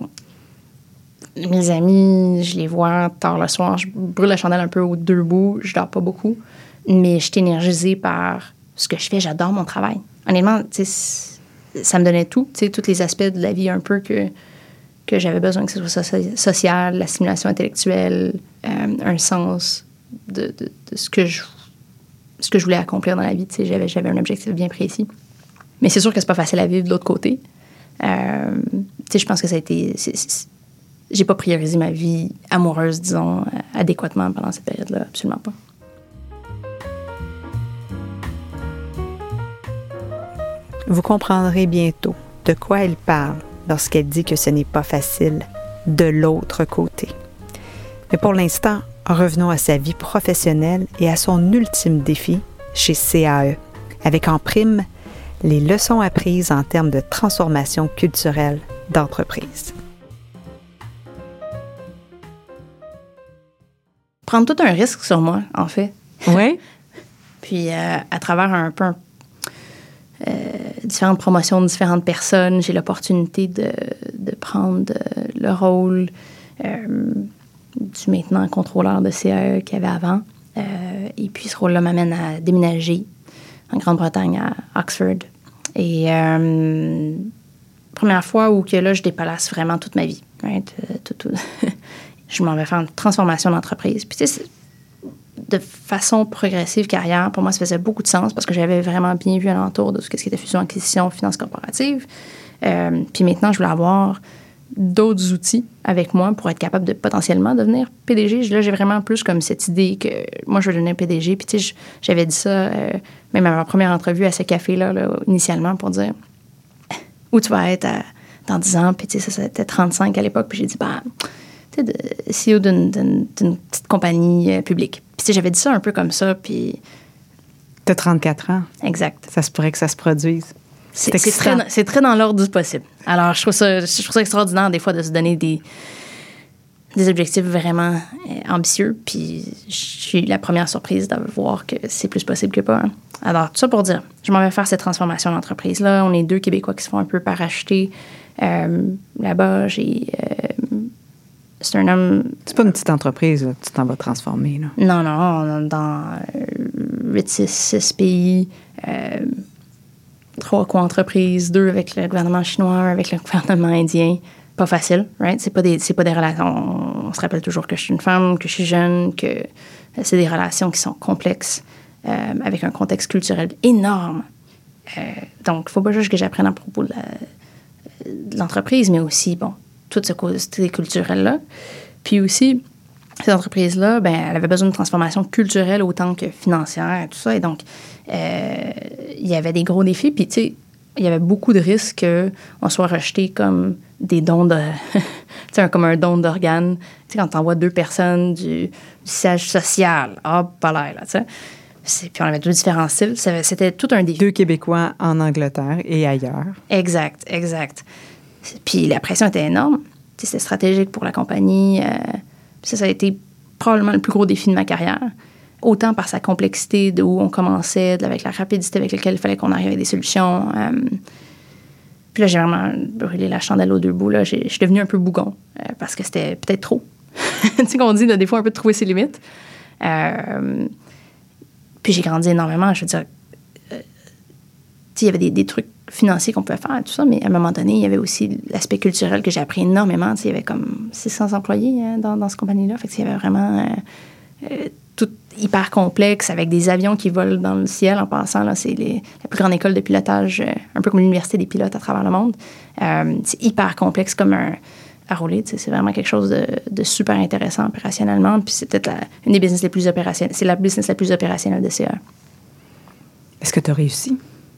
Mes amis, je les vois tard le soir. Je brûle la chandelle un peu aux 2 bouts. Je dors pas beaucoup. Mais je suis énergisée par ce que je fais. J'adore mon travail. Honnêtement, tu sais, ça me donnait tout, tu sais, tous les aspects de la vie un peu que j'avais besoin, que ce soit social, la stimulation intellectuelle, un sens de ce que je voulais accomplir dans la vie. Tu sais, j'avais un objectif bien précis. Mais c'est sûr que c'est pas facile à vivre de l'autre côté. Tu sais, je pense que ça a été... j'ai pas priorisé ma vie amoureuse, disons, adéquatement pendant cette période-là. Absolument pas. Vous comprendrez bientôt de quoi elle parle lorsqu'elle dit que ce n'est pas facile de l'autre côté. Mais pour l'instant, revenons à sa vie professionnelle et à son ultime défi chez CAE, avec en prime les leçons apprises en termes de transformation culturelle d'entreprise. Prendre tout un risque sur moi, en fait. Oui. Puis à travers un peu différentes promotions de différentes personnes, j'ai l'opportunité de prendre le rôle du maintenant contrôleur de CAE qu'il y avait avant. Et puis ce rôle-là m'amène à déménager en Grande-Bretagne, à Oxford. Et première fois où que là, je dépalace vraiment toute ma vie. Right? Je m'en vais faire une transformation d'entreprise. Puis tu sais, de façon progressive carrière, pour moi, ça faisait beaucoup de sens parce que j'avais vraiment bien vu alentour de ce qui était fusion, acquisition, finance corporative. Puis maintenant, je voulais avoir d'autres outils avec moi pour être capable de potentiellement devenir PDG. Là, j'ai vraiment plus comme cette idée que moi, je veux devenir PDG. Puis tu sais, j'avais dit ça même à ma première entrevue à ce café-là, là, initialement, pour dire où tu vas être dans 10 ans. Puis tu sais, ça, c'était 35 à l'époque. Puis j'ai dit, tu sais, CEO d'une petite compagnie publique. Puis tu sais, j'avais dit ça un peu comme ça, puis... T'as 34 ans. Exact. Ça se pourrait que ça se produise. C'est très dans l'ordre du possible. Alors, je trouve ça extraordinaire, des fois, de se donner des objectifs vraiment ambitieux. Puis, je suis la première surprise de voir que c'est plus possible que pas. Hein. Alors, tout ça pour dire, je m'en vais faire cette transformation d'entreprise-là. On est 2 Québécois qui se font un peu parachuter. Là-bas, c'est un homme... C'est pas une petite entreprise, là, que tu t'en vas transformer, là. Non, dans 6 pays... 3 co-entreprises, 2 avec le gouvernement chinois, 1 avec le gouvernement indien. Pas facile, right? C'est pas des relations... On se rappelle toujours que je suis une femme, que je suis jeune, que c'est des relations qui sont complexes, avec un contexte culturel énorme. Donc, il faut pas juste que j'apprenne à propos de l'entreprise, mais aussi, tout ce côté culturel-là. Puis aussi, cette entreprise-là, elle avait besoin de transformation culturelle autant que financière et tout ça. Et donc, il y avait des gros défis. Puis, tu sais, il y avait beaucoup de risques qu'on soit rejeté comme des dons de... tu sais, comme un don d'organes. Tu sais, quand t'envoies 2 personnes du siège social, pas là, tu sais. Puis on avait 2 différents styles. C'était tout un défi. 2 Québécois en Angleterre et ailleurs. Exact. Puis la pression était énorme. Tu sais, c'était stratégique pour la compagnie. Ça a été probablement le plus gros défi de ma carrière. Autant par sa complexité, de où on commençait, avec la rapidité avec laquelle il fallait qu'on arrive à des solutions. Puis là, j'ai vraiment brûlé la chandelle aux 2 bouts. Là. Je suis devenue un peu bougon parce que c'était peut-être trop. Tu sais qu'on dit, des fois, un peu de trouver ses limites. Puis j'ai grandi énormément. Je veux dire, il y avait des trucs financiers qu'on pouvait faire, tout ça, mais à un moment donné, il y avait aussi l'aspect culturel que j'ai appris énormément. Il y avait comme 600 employés dans cette compagnie-là. Fait qu'il y avait vraiment tout hyper complexe, avec des avions qui volent dans le ciel en passant. Là, c'est la plus grande école de pilotage, un peu comme l'université des pilotes à travers le monde. C'est hyper complexe comme à rouler. C'est vraiment quelque chose de super intéressant opérationnellement. Puis c'est peut-être une des business les plus opérationnelles. C'est la business la plus opérationnelle de CA. Est-ce que tu as réussi?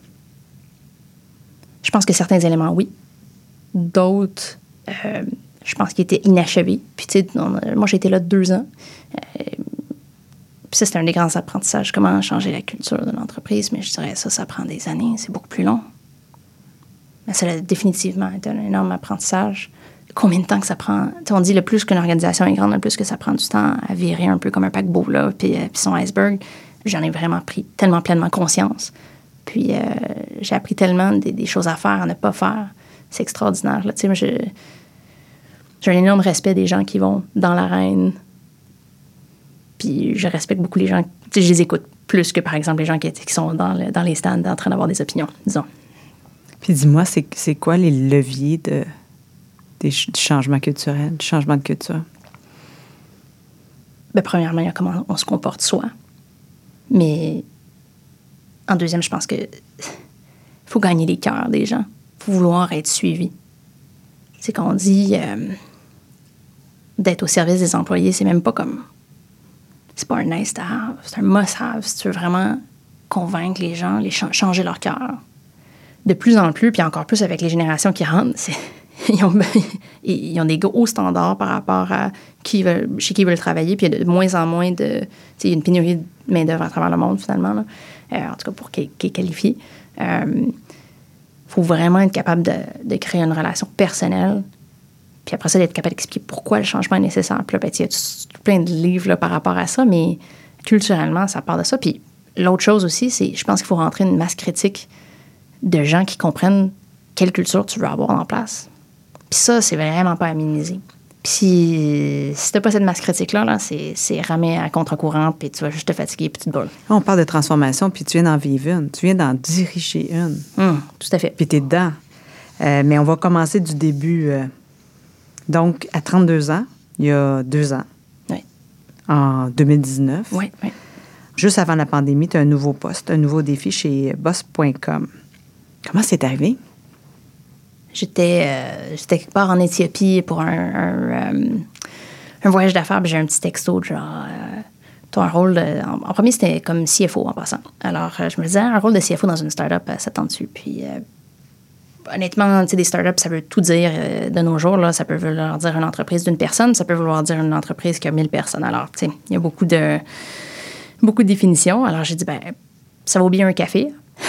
Je pense que certains éléments, oui. D'autres, je pense qu'ils étaient inachevés. Puis, tu sais, moi, j'ai été là 2 ans. Puis ça, c'était un des grands apprentissages. Comment changer la culture de l'entreprise. Mais je dirais, ça prend des années. C'est beaucoup plus long. Mais ça a définitivement été un énorme apprentissage. Combien de temps que ça prend? T'sais, on dit le plus qu'une organisation est grande, le plus que ça prend du temps à virer un peu comme un paquebot, là, puis son iceberg. J'en ai vraiment pris tellement pleinement conscience. Puis j'ai appris tellement des choses à faire, à ne pas faire. C'est extraordinaire. Là. Moi, j'ai un énorme respect des gens qui vont dans l'arène. Puis je respecte beaucoup les gens. Je les écoute plus que, par exemple, les gens qui sont dans les stands en train d'avoir des opinions, disons. Puis dis-moi, c'est quoi les leviers du changement culturel, du changement de culture? Premièrement, il y a comment on se comporte soi. Mais en deuxième, je pense que faut gagner les cœurs des gens. Faut vouloir être suivi. C'est qu'on dit d'être au service des employés. C'est même pas comme... C'est pas un nice to have, c'est un must have si tu veux vraiment convaincre les gens, changer leur cœur. De plus en plus, puis encore plus avec les générations qui rentrent, ils ont des gros standards par rapport à chez qui ils veulent travailler, puis il y a de moins en moins de... Il y a une pénurie de main-d'œuvre à travers le monde, finalement, là. En tout cas pour qui est qualifié. Il faut vraiment être capable de créer une relation personnelle, puis après ça, d'être capable d'expliquer pourquoi le changement est nécessaire. Puis là, il y a plein de livres là, par rapport à ça, mais culturellement, ça part de ça. Puis l'autre chose aussi, c'est je pense qu'il faut rentrer une masse critique de gens qui comprennent quelle culture tu veux avoir en place. Puis ça, c'est vraiment pas à minimiser. Puis si t'as pas cette masse critique-là, là, c'est ramer à contre-courant, puis tu vas juste te fatiguer, puis tu te brûles. On parle de transformation, puis tu viens d'en vivre une. Tu viens d'en diriger une. Tout à fait. Puis t'es dedans. Mais on va commencer du début. Donc, à 32 ans, il y a 2 ans, oui. En 2019, oui. Juste avant la pandémie, tu as un nouveau poste, un nouveau défi chez Boss.com. Comment c'est arrivé? J'étais quelque part en Éthiopie pour un voyage d'affaires, puis j'ai un petit texto de genre... tu as un rôle en premier, c'était comme CFO en passant. Alors, je me disais, un rôle de CFO dans une start-up, ça tente dessus. Puis, honnêtement, tu sais, des startups, ça veut tout dire de nos jours. Là, ça peut vouloir dire une entreprise d'une personne, ça peut vouloir dire une entreprise qui a 1000 personnes. Alors, tu sais, il y a beaucoup de définitions. Alors, j'ai dit, ça vaut bien un café.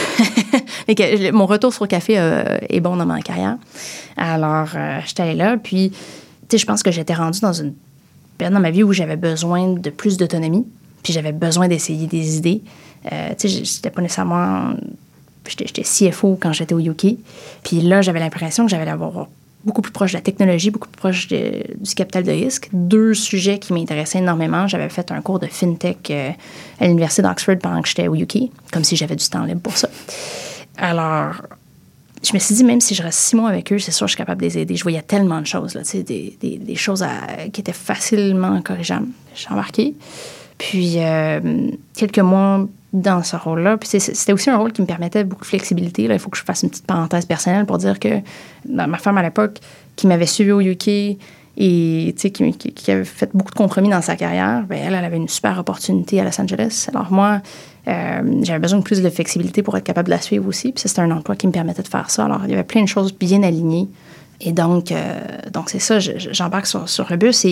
Et mon retour sur le café est bon dans ma carrière. Alors, j'étais allée là. Puis, tu sais, je pense que j'étais rendue dans une période dans ma vie où j'avais besoin de plus d'autonomie. Puis, j'avais besoin d'essayer des idées. Tu sais, j'étais pas nécessairement... J'étais CFO quand j'étais au UK. Puis là, j'avais l'impression que j'avais l'avoir beaucoup plus proche de la technologie, beaucoup plus proche du capital de risque. 2 sujets qui m'intéressaient énormément. J'avais fait un cours de FinTech à l'Université d'Oxford pendant que j'étais au UK, comme si j'avais du temps libre pour ça. Alors, je me suis dit, même si je reste 6 mois avec eux, c'est sûr que je suis capable de les aider. Je voyais tellement de choses, là, tu sais, des choses qui étaient facilement corrigeables. Je suis embarquée. Puis, quelques mois dans ce rôle-là. Puis c'était aussi un rôle qui me permettait beaucoup de flexibilité. Là. Il faut que je fasse une petite parenthèse personnelle pour dire que ma femme à l'époque, qui m'avait suivi au UK et qui avait fait beaucoup de compromis dans sa carrière, elle avait une super opportunité à Los Angeles. Alors moi, j'avais besoin de plus de flexibilité pour être capable de la suivre aussi. Puis c'était un emploi qui me permettait de faire ça. Alors il y avait plein de choses bien alignées. Et donc c'est ça, j'embarque sur le bus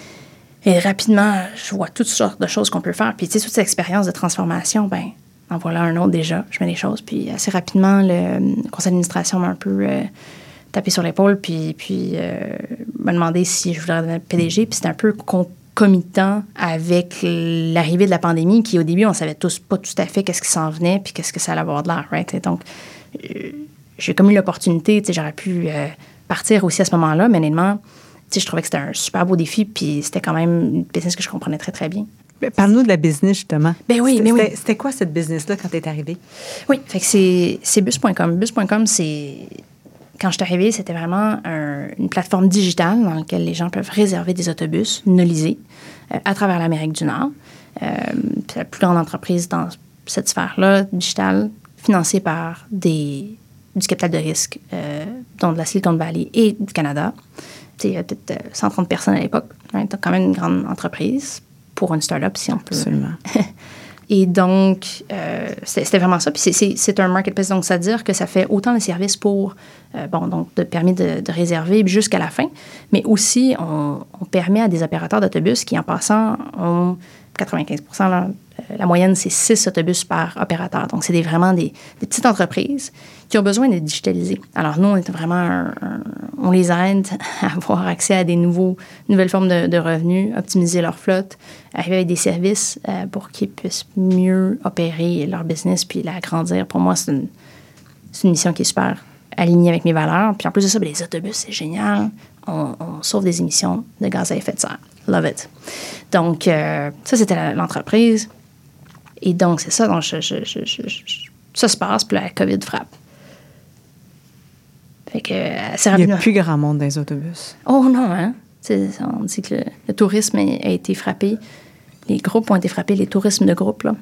et rapidement, je vois toutes sortes de choses qu'on peut faire. Puis, tu sais, toute cette expérience de transformation, en voilà un autre déjà. Je mets les choses. Puis, assez rapidement, le conseil d'administration m'a un peu tapé sur l'épaule. Puis m'a demandé si je voulais devenir PDG. Puis, c'était un peu concomitant avec l'arrivée de la pandémie, qui, au début, on savait tous pas tout à fait qu'est-ce qui s'en venait, puis qu'est-ce que ça allait avoir de l'air, right? Et donc, j'ai comme eu l'opportunité, tu sais, j'aurais pu partir aussi à ce moment-là, mais honnêtement, tu sais, je trouvais que c'était un super beau défi, puis c'était quand même une business que je comprenais très, très bien. Parle-nous de la business, justement. Oui. C'était quoi cette business-là quand tu es arrivée? Oui, fait que c'est Bus.com. Bus.com, c'est... Quand je suis arrivée, c'était vraiment une plateforme digitale dans laquelle les gens peuvent réserver des autobus nolisés à travers l'Amérique du Nord. Puis la plus grande entreprise dans cette sphère-là, digitale, financée par du capital de risque, dont de la Silicon Valley et du Canada. Il y a peut-être 130 personnes à l'époque. Hein, donc, quand même une grande entreprise pour une start-up, si on peut. Absolument. Et donc, c'était vraiment ça. Puis c'est un marketplace, donc ça veut dire que ça fait autant de services pour, donc, de permis de réserver jusqu'à la fin, mais aussi, on permet à des opérateurs d'autobus qui, en passant, ont 95%, là, la moyenne, c'est 6 autobus par opérateur. Donc, c'est vraiment des petites entreprises qui ont besoin de digitaliser. Alors, nous, on est vraiment on les aide à avoir accès à des nouvelles formes de revenus, optimiser leur flotte, arriver avec des services pour qu'ils puissent mieux opérer leur business puis l'agrandir. Pour moi, c'est une mission qui est super alignée avec mes valeurs. Puis en plus de ça, les autobus, c'est génial. On sauve des émissions de gaz à effet de serre. Love it. Donc, ça, c'était l'entreprise. Et donc, c'est ça. Donc, ça se passe, puis la COVID frappe. Fait que, assez rapidement. Il n'y a plus grand monde dans les autobus. Oh non, hein? On dit que le tourisme a été frappé. Les groupes ont été frappés, les tourismes de groupe, là.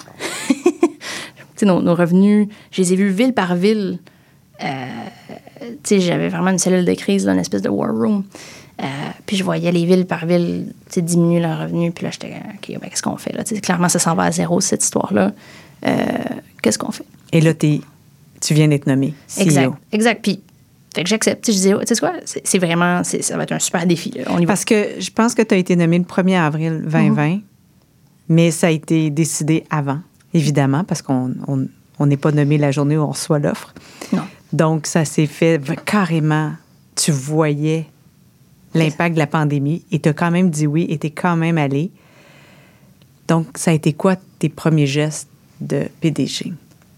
Nos revenus, je les ai vus ville par ville. J'avais vraiment une cellule de crise, là, une espèce de war room. Puis je voyais les villes par ville diminuer leurs revenus. Puis là, j'étais, OK, ben, qu'est-ce qu'on fait? Là? Clairement, ça s'en va à zéro, cette histoire-là. Qu'est-ce qu'on fait? Et là, tu viens d'être nommé CEO. Exact. Puis, fait que j'accepte. Je disais, tu sais quoi? C'est vraiment, ça va être un super défi. Là. Parce que je pense que tu as été nommé le 1er avril 2020, mais ça a été décidé avant, évidemment, parce qu'on n'est pas nommé la journée où on reçoit l'offre. Non. Donc, ça s'est fait carrément. Tu voyais l'impact de la pandémie et tu as quand même dit oui et tu es quand même allé. Donc, ça a été quoi tes premiers gestes de PDG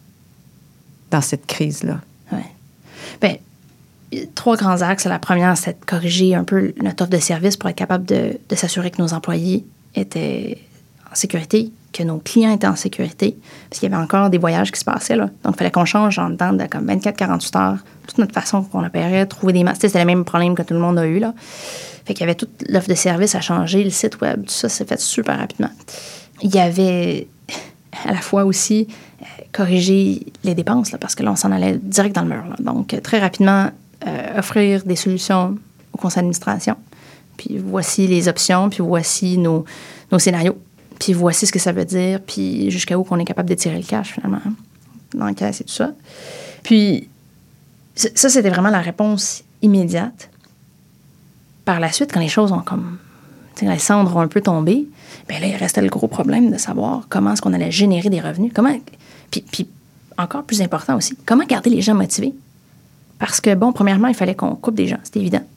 dans cette crise-là? Oui. Bien, 3 grands axes. La première, c'est de corriger un peu notre offre de service pour être capable de s'assurer que nos employés étaient en sécurité, que nos clients étaient en sécurité, parce qu'il y avait encore des voyages qui se passaient, là. Donc, il fallait qu'on change en dedans de comme 24-48 heures toute notre façon qu'on opérait, trouver des masques. C'était le même problème que tout le monde a eu, là. Fait qu'il y avait toute l'offre de service à changer, le site web, tout ça s'est fait super rapidement. Il y avait à la fois aussi corriger les dépenses, là, parce que là, on s'en allait direct dans le mur, là. Donc, très rapidement, offrir des solutions au conseil d'administration. Puis voici les options, puis voici nos scénarios. Puis voici ce que ça veut dire, puis jusqu'à où qu'on est capable d'étirer le cash, finalement, hein, dans le caisse et tout ça. Puis ça, c'était vraiment la réponse immédiate. Par la suite, quand les choses ont comme... les cendres ont un peu tombé, bien là, il restait le gros problème de savoir comment est-ce qu'on allait générer des revenus. Puis encore plus important aussi, comment garder les gens motivés? Parce que, bon, premièrement, il fallait qu'on coupe des gens, c'était évident.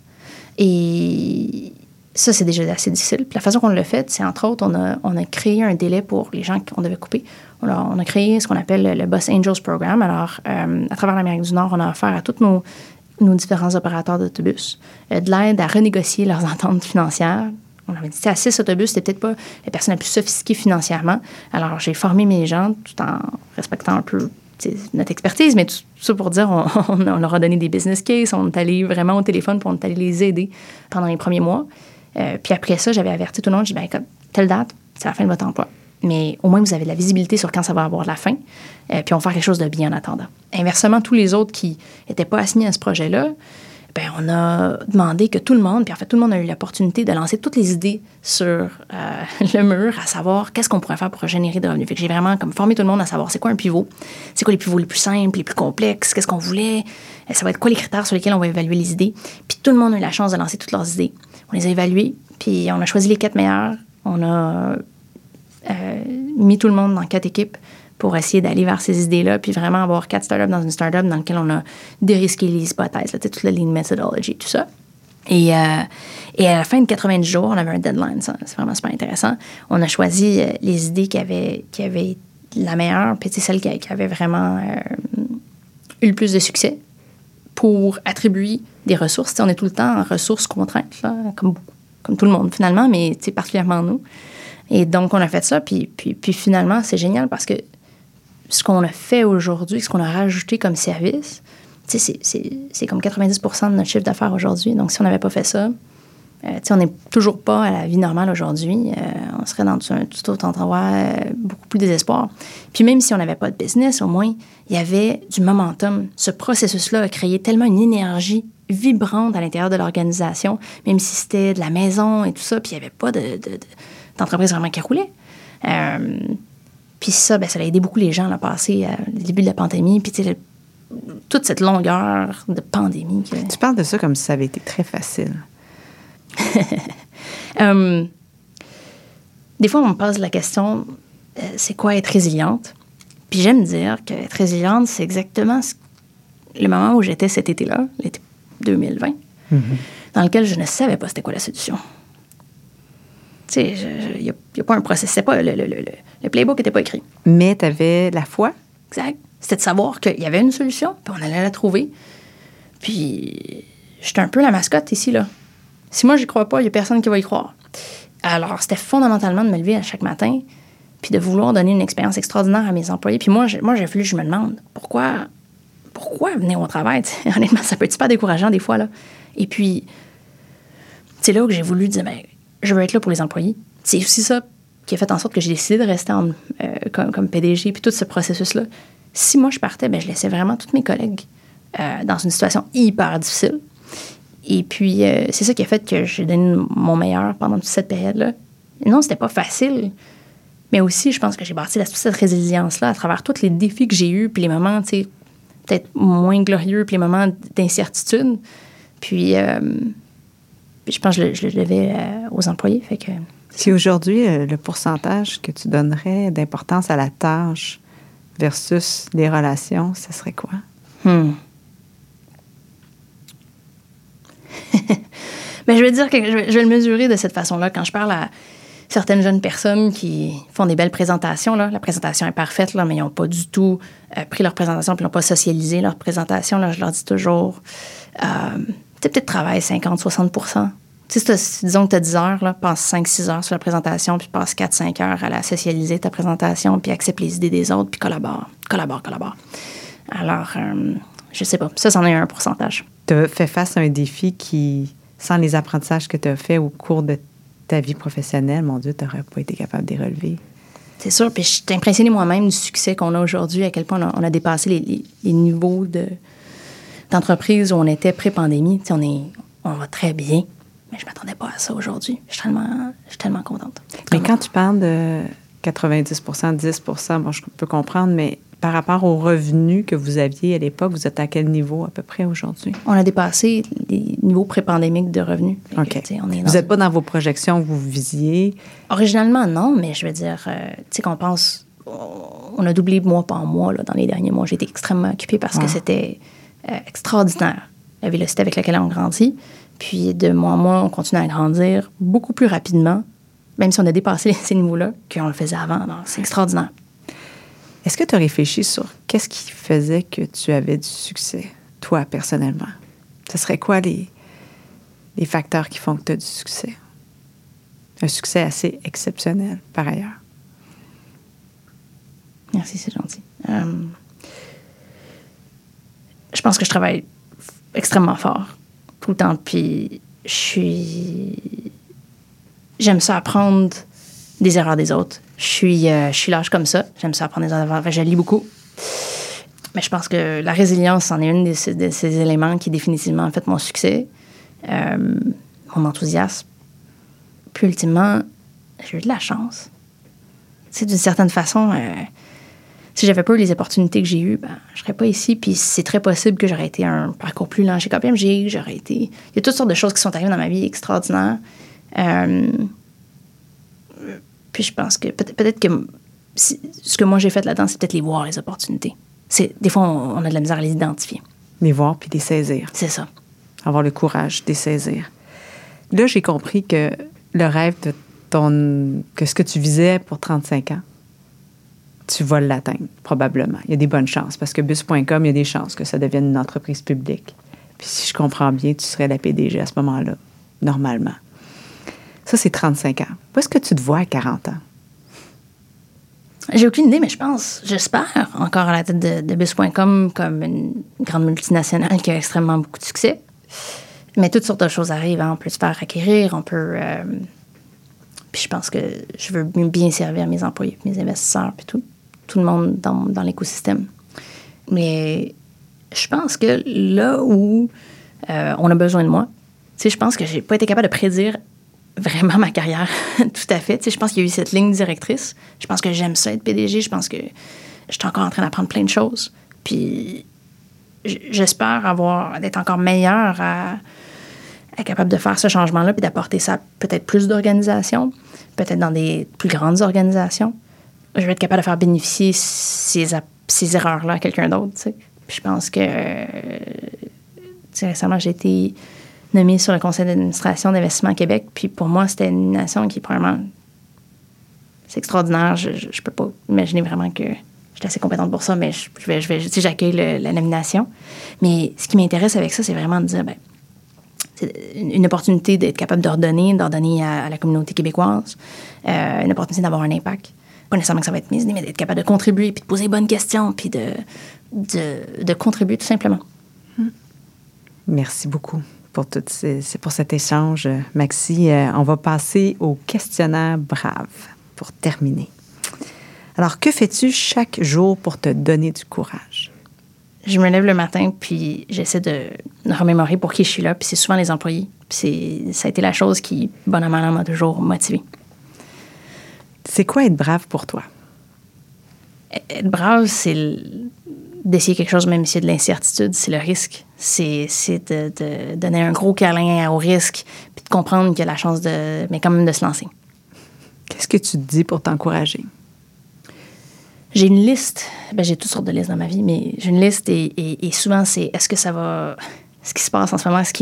Et ça, c'est déjà assez difficile. Puis la façon qu'on l'a fait, c'est entre autres, on a créé un délai pour les gens qu'on devait couper. On a créé ce qu'on appelle le Boss Angels Program. Alors, à travers l'Amérique du Nord, on a offert à tous nos différents opérateurs d'autobus de l'aide à renégocier leurs ententes financières. On avait dit, à 6 autobus, c'était peut-être pas les personnes les plus sophistiquées financièrement. Alors, j'ai formé mes gens tout en respectant un peu notre expertise, mais tout ça pour dire, on leur a donné des business cases, on est allé vraiment au téléphone pour on est allé les aider pendant les premiers mois. Puis après ça, j'avais averti tout le monde, j'ai dit, bien, telle date, c'est la fin de votre emploi. Mais au moins, vous avez de la visibilité sur quand ça va avoir de la fin, puis on va faire quelque chose de bien en attendant. Inversement, tous les autres qui n'étaient pas assis à ce projet-là, bien, on a demandé que tout le monde, puis en fait, tout le monde a eu l'opportunité de lancer toutes les idées sur le mur, à savoir qu'est-ce qu'on pourrait faire pour générer des revenus. Fait que j'ai vraiment comme formé tout le monde à savoir c'est quoi un pivot, c'est quoi les pivots les plus simples, les plus complexes, qu'est-ce qu'on voulait, ça va être quoi les critères sur lesquels on va évaluer les idées. Puis tout le monde a eu la chance de lancer toutes leurs idées. On les a évaluées, puis on a choisi les 4 meilleures. On a mis tout le monde dans 4 équipes pour essayer d'aller vers ces idées-là, puis vraiment avoir 4 startups dans une startup dans laquelle on a dérisqué les hypothèses, là, toute la lean methodology, tout ça. Et à la fin de 90 jours, on avait un deadline, ça, c'est vraiment super intéressant. On a choisi les idées qui avaient la meilleure, puis celles qui avaient vraiment eu le plus de succès pour attribuer des ressources. T'sais, on est tout le temps en ressources contraintes, là, comme tout le monde finalement, mais particulièrement nous. Et donc, on a fait ça, puis finalement, c'est génial parce que ce qu'on a fait aujourd'hui, ce qu'on a rajouté comme service, c'est comme 90% de notre chiffre d'affaires aujourd'hui. Donc, si on n'avait pas fait ça, on n'est toujours pas à la vie normale aujourd'hui. On serait dans un tout autre endroit, beaucoup plus désespoir. Puis même si on n'avait pas de business, au moins, il y avait du momentum. Ce processus-là a créé tellement une énergie vibrante à l'intérieur de l'organisation, même si c'était de la maison et tout ça, puis il n'y avait pas d'entreprise vraiment qui roulait. Puis ça, ça a aidé beaucoup les gens à passer le début de la pandémie, puis toute cette longueur de pandémie. Tu parles de ça comme si ça avait été très facile. Des fois, on me pose la question, c'est quoi être résiliente? Puis j'aime dire qu'être résiliente, c'est exactement le moment où j'étais cet été-là, l'été 2020, dans lequel je ne savais pas c'était quoi la solution. Tu sais, il n'y a pas un processus, c'est pas le playbook n'était pas écrit. Mais tu avais la foi? Exact. C'était de savoir qu'il y avait une solution, puis on allait la trouver. Puis j'étais un peu la mascotte ici, là. Si moi, j'y crois pas, il n'y a personne qui va y croire. Alors, c'était fondamentalement de me lever à chaque matin puis de vouloir donner une expérience extraordinaire à mes employés. Puis moi, j'ai fallu que je me demande pourquoi venir au travail? T'sais? Honnêtement, ça peut être super décourageant des fois, là. Et puis, c'est là où j'ai voulu dire, je veux être là pour les employés. C'est aussi ça qui a fait en sorte que j'ai décidé de rester comme PDG puis tout ce processus-là. Si moi, je partais, je laissais vraiment tous mes collègues dans une situation hyper difficile. Et puis, c'est ça qui a fait que j'ai donné mon meilleur pendant toute cette période-là. Et non, c'était pas facile. Mais aussi, je pense que j'ai bâti toute cette résilience-là à travers tous les défis que j'ai eus, puis les moments, tu sais, peut-être moins glorieux, puis les moments d'incertitude. Puis, je pense que je le devais aux employés. Fait que, si aujourd'hui, le pourcentage que tu donnerais d'importance à la tâche versus les relations, ce serait quoi? Mais je vais dire que je vais le mesurer de cette façon-là. Quand je parle à certaines jeunes personnes qui font des belles présentations, là, la présentation est parfaite, là, mais ils n'ont pas du tout pris leur présentation puis ils n'ont pas socialisé leur présentation. Là, je leur dis toujours, peut-être travaille 50-60%. Disons que tu as 10 heures, là, passe 5-6 heures sur la présentation, puis passe 4-5 heures à la socialiser ta présentation, puis accepte les idées des autres, puis collabore. Alors, je sais pas. Ça, c'en est un pourcentage. Tu as fait face à un défi qui, sans les apprentissages que tu as faits au cours de ta vie professionnelle, mon Dieu, tu n'aurais pas été capable de les relever. C'est sûr. Puis je suis impressionnée moi-même du succès qu'on a aujourd'hui, à quel point on a dépassé les niveaux d'entreprise où on était pré-pandémie. On va très bien. Mais je ne m'attendais pas à ça aujourd'hui. Je suis tellement contente. Mais quand tu parles de 90 10 bon, je peux comprendre, mais par rapport aux revenus que vous aviez à l'époque, vous êtes à quel niveau à peu près aujourd'hui? On a dépassé les niveaux pré-pandémiques de revenus. OK. Vous n'êtes pas dans vos projections que vous visiez? Originalement, non, mais je veux dire, tu sais, qu'on pense... On a doublé mois par mois là, dans les derniers mois. J'ai été extrêmement occupée parce que c'était extraordinaire, la vélocité avec laquelle on grandit. Puis de mois en mois, on continue à grandir beaucoup plus rapidement, même si on a dépassé ces niveaux-là, qu'on le faisait avant. Alors, c'est extraordinaire. Est-ce que tu as réfléchi sur qu'est-ce qui faisait que tu avais du succès, toi, personnellement? Ce serait quoi les facteurs qui font que tu as du succès? Un succès assez exceptionnel, par ailleurs. Merci, c'est gentil. Je pense que je travaille extrêmement fort tout le temps, puis j'aime ça apprendre des erreurs des autres. Je suis lâche comme ça. J'aime ça apprendre des erreurs. Je lis beaucoup. Mais je pense que la résilience, c'en est une de ces éléments qui définitivement a fait mon succès, mon enthousiasme. Puis ultimement, j'ai eu de la chance. Tu sais, d'une certaine façon, si j'avais pas eu les opportunités que j'ai eues, je serais pas ici. Puis c'est très possible que j'aurais été un parcours plus lent chez KPMG. Il y a toutes sortes de choses qui sont arrivées dans ma vie extraordinaires. Puis je pense que peut-être que ce que moi j'ai fait là-dedans, c'est peut-être les voir, les opportunités. Des fois, on a de la misère à les identifier. Les voir puis les saisir. C'est ça. Avoir le courage de les saisir. Là, j'ai compris que le rêve de que ce que tu visais pour 35 ans, tu vas l'atteindre, probablement. Il y a des bonnes chances, parce que Bus.com, il y a des chances que ça devienne une entreprise publique. Puis si je comprends bien, tu serais la PDG à ce moment-là, normalement. Ça, c'est 35 ans. Où est-ce que tu te vois à 40 ans? J'ai aucune idée, mais j'espère encore à la tête de Bus.com comme une grande multinationale qui a extrêmement beaucoup de succès. Mais toutes sortes de choses arrivent. Hein. On peut se faire acquérir, on peut... Puis je pense que je veux bien servir mes employés, mes investisseurs, puis tout le monde dans l'écosystème. Mais je pense que là où on a besoin de moi, tu sais, je pense que j'ai pas été capable de prédire vraiment ma carrière tout à fait. Tu sais, je pense qu'il y a eu cette ligne directrice. Je pense que j'aime ça être PDG. Je pense que je suis encore en train d'apprendre plein de choses. Puis j'espère d'être encore meilleure à capable de faire ce changement-là puis d'apporter ça à peut-être plus d'organisations, peut-être dans des plus grandes organisations. Je vais être capable de faire bénéficier ces erreurs-là à quelqu'un d'autre. Tu sais. Puis je pense que récemment, j'ai été nommée sur le conseil d'administration d'Investissement Québec. Puis pour moi, c'était une nomination qui, probablement, c'est extraordinaire. Je peux pas imaginer vraiment que j'étais assez compétente pour ça, mais j'accueille la nomination. Mais ce qui m'intéresse avec ça, c'est vraiment de dire, c'est une opportunité d'être capable d'ordonner à la communauté québécoise, une opportunité d'avoir un impact. Pas nécessairement que ça va être mes idées, mais d'être capable de contribuer, puis de poser les bonnes questions, puis de contribuer tout simplement. Merci beaucoup pour cet échange, Maxi. On va passer au questionnaire Brave pour terminer. Alors, que fais-tu chaque jour pour te donner du courage? je me lève le matin, puis j'essaie de remémorer pour qui je suis là, puis c'est souvent les employés. Puis ça a été la chose qui, bon an, mal an, m'a toujours motivée. C'est quoi être brave pour toi? Être brave, c'est d'essayer quelque chose, même s'il y a de l'incertitude, c'est le risque. C'est de donner un gros câlin au risque, puis de comprendre qu'il y a la chance mais quand même de se lancer. Qu'est-ce que tu te dis pour t'encourager? J'ai une liste. J'ai toutes sortes de listes dans ma vie, mais j'ai une liste et souvent, c'est est-ce que ça va... Ce qui se passe en ce moment, est-ce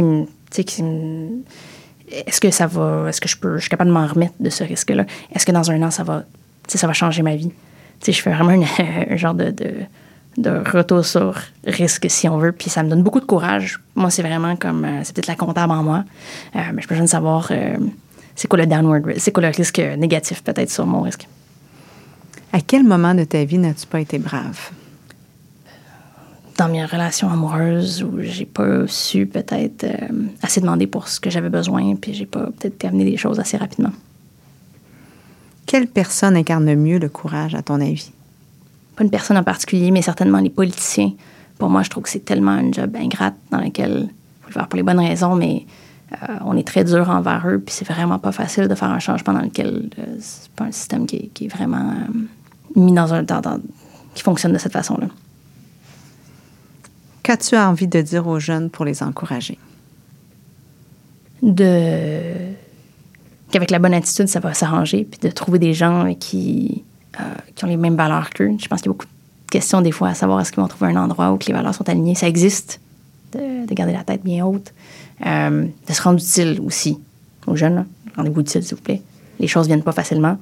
que ça va... Est-ce que je suis capable de m'en remettre de ce risque-là? Est-ce que dans un an, ça va changer ma vie? Je fais vraiment un genre de retour sur risque, si on veut, puis ça me donne beaucoup de courage. Moi, c'est vraiment comme... c'est peut-être la comptable en moi, mais je peux besoin de savoir c'est quoi le downward risk, c'est quoi le risque négatif peut-être sur mon risque. À quel moment de ta vie n'as-tu pas été brave? Dans mes relations amoureuses où j'ai pas su peut-être assez demander pour ce que j'avais besoin, puis j'ai pas peut-être terminé des choses assez rapidement. Quelle personne incarne le mieux le courage, à ton avis? Pas une personne en particulier, mais certainement les politiciens. Pour moi, je trouve que c'est tellement un job ingrate dans lequel il faut le faire pour les bonnes raisons, mais on est très dur envers eux, puis c'est vraiment pas facile de faire un changement dans lequel c'est pas un système qui est vraiment mis qui fonctionne de cette façon-là. Qu'as-tu envie de dire aux jeunes pour les encourager? Qu'avec la bonne attitude, ça va s'arranger, puis de trouver des gens qui ont les mêmes valeurs qu'eux. Je pense qu'il y a beaucoup de questions des fois à savoir est-ce qu'ils vont trouver un endroit où que les valeurs sont alignées. Ça existe, de garder la tête bien haute, de se rendre utile aussi aux jeunes. Là. Rendez-vous utile, s'il vous plaît. Les choses ne viennent pas facilement.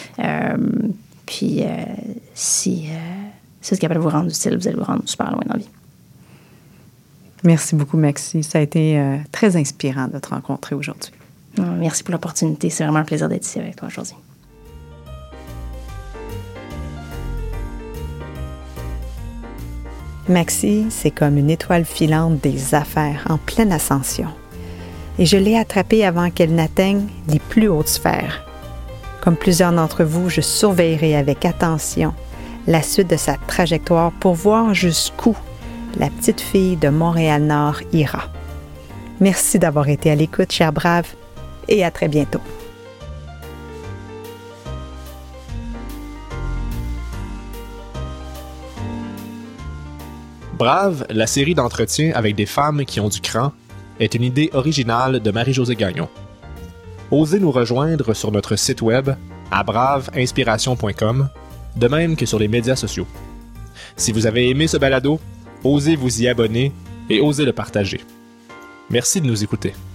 Puis si vous êtes capable de vous rendre utile, vous allez vous rendre super loin dans la vie. Merci beaucoup, Maxi. Ça a été très inspirant de te rencontrer aujourd'hui. Merci pour l'opportunité. C'est vraiment un plaisir d'être ici avec toi aujourd'hui. Maxi, c'est comme une étoile filante des affaires en pleine ascension. Et je l'ai attrapée avant qu'elle n'atteigne les plus hautes sphères. Comme plusieurs d'entre vous, je surveillerai avec attention la suite de sa trajectoire pour voir jusqu'où la petite fille de Montréal-Nord ira. Merci d'avoir été à l'écoute, chers braves, et à très bientôt. Brave, la série d'entretiens avec des femmes qui ont du cran, est une idée originale de Marie-Josée Gagnon. Osez nous rejoindre sur notre site web à braveinspiration.com, de même que sur les médias sociaux. Si vous avez aimé ce balado, osez vous y abonner et osez le partager. Merci de nous écouter.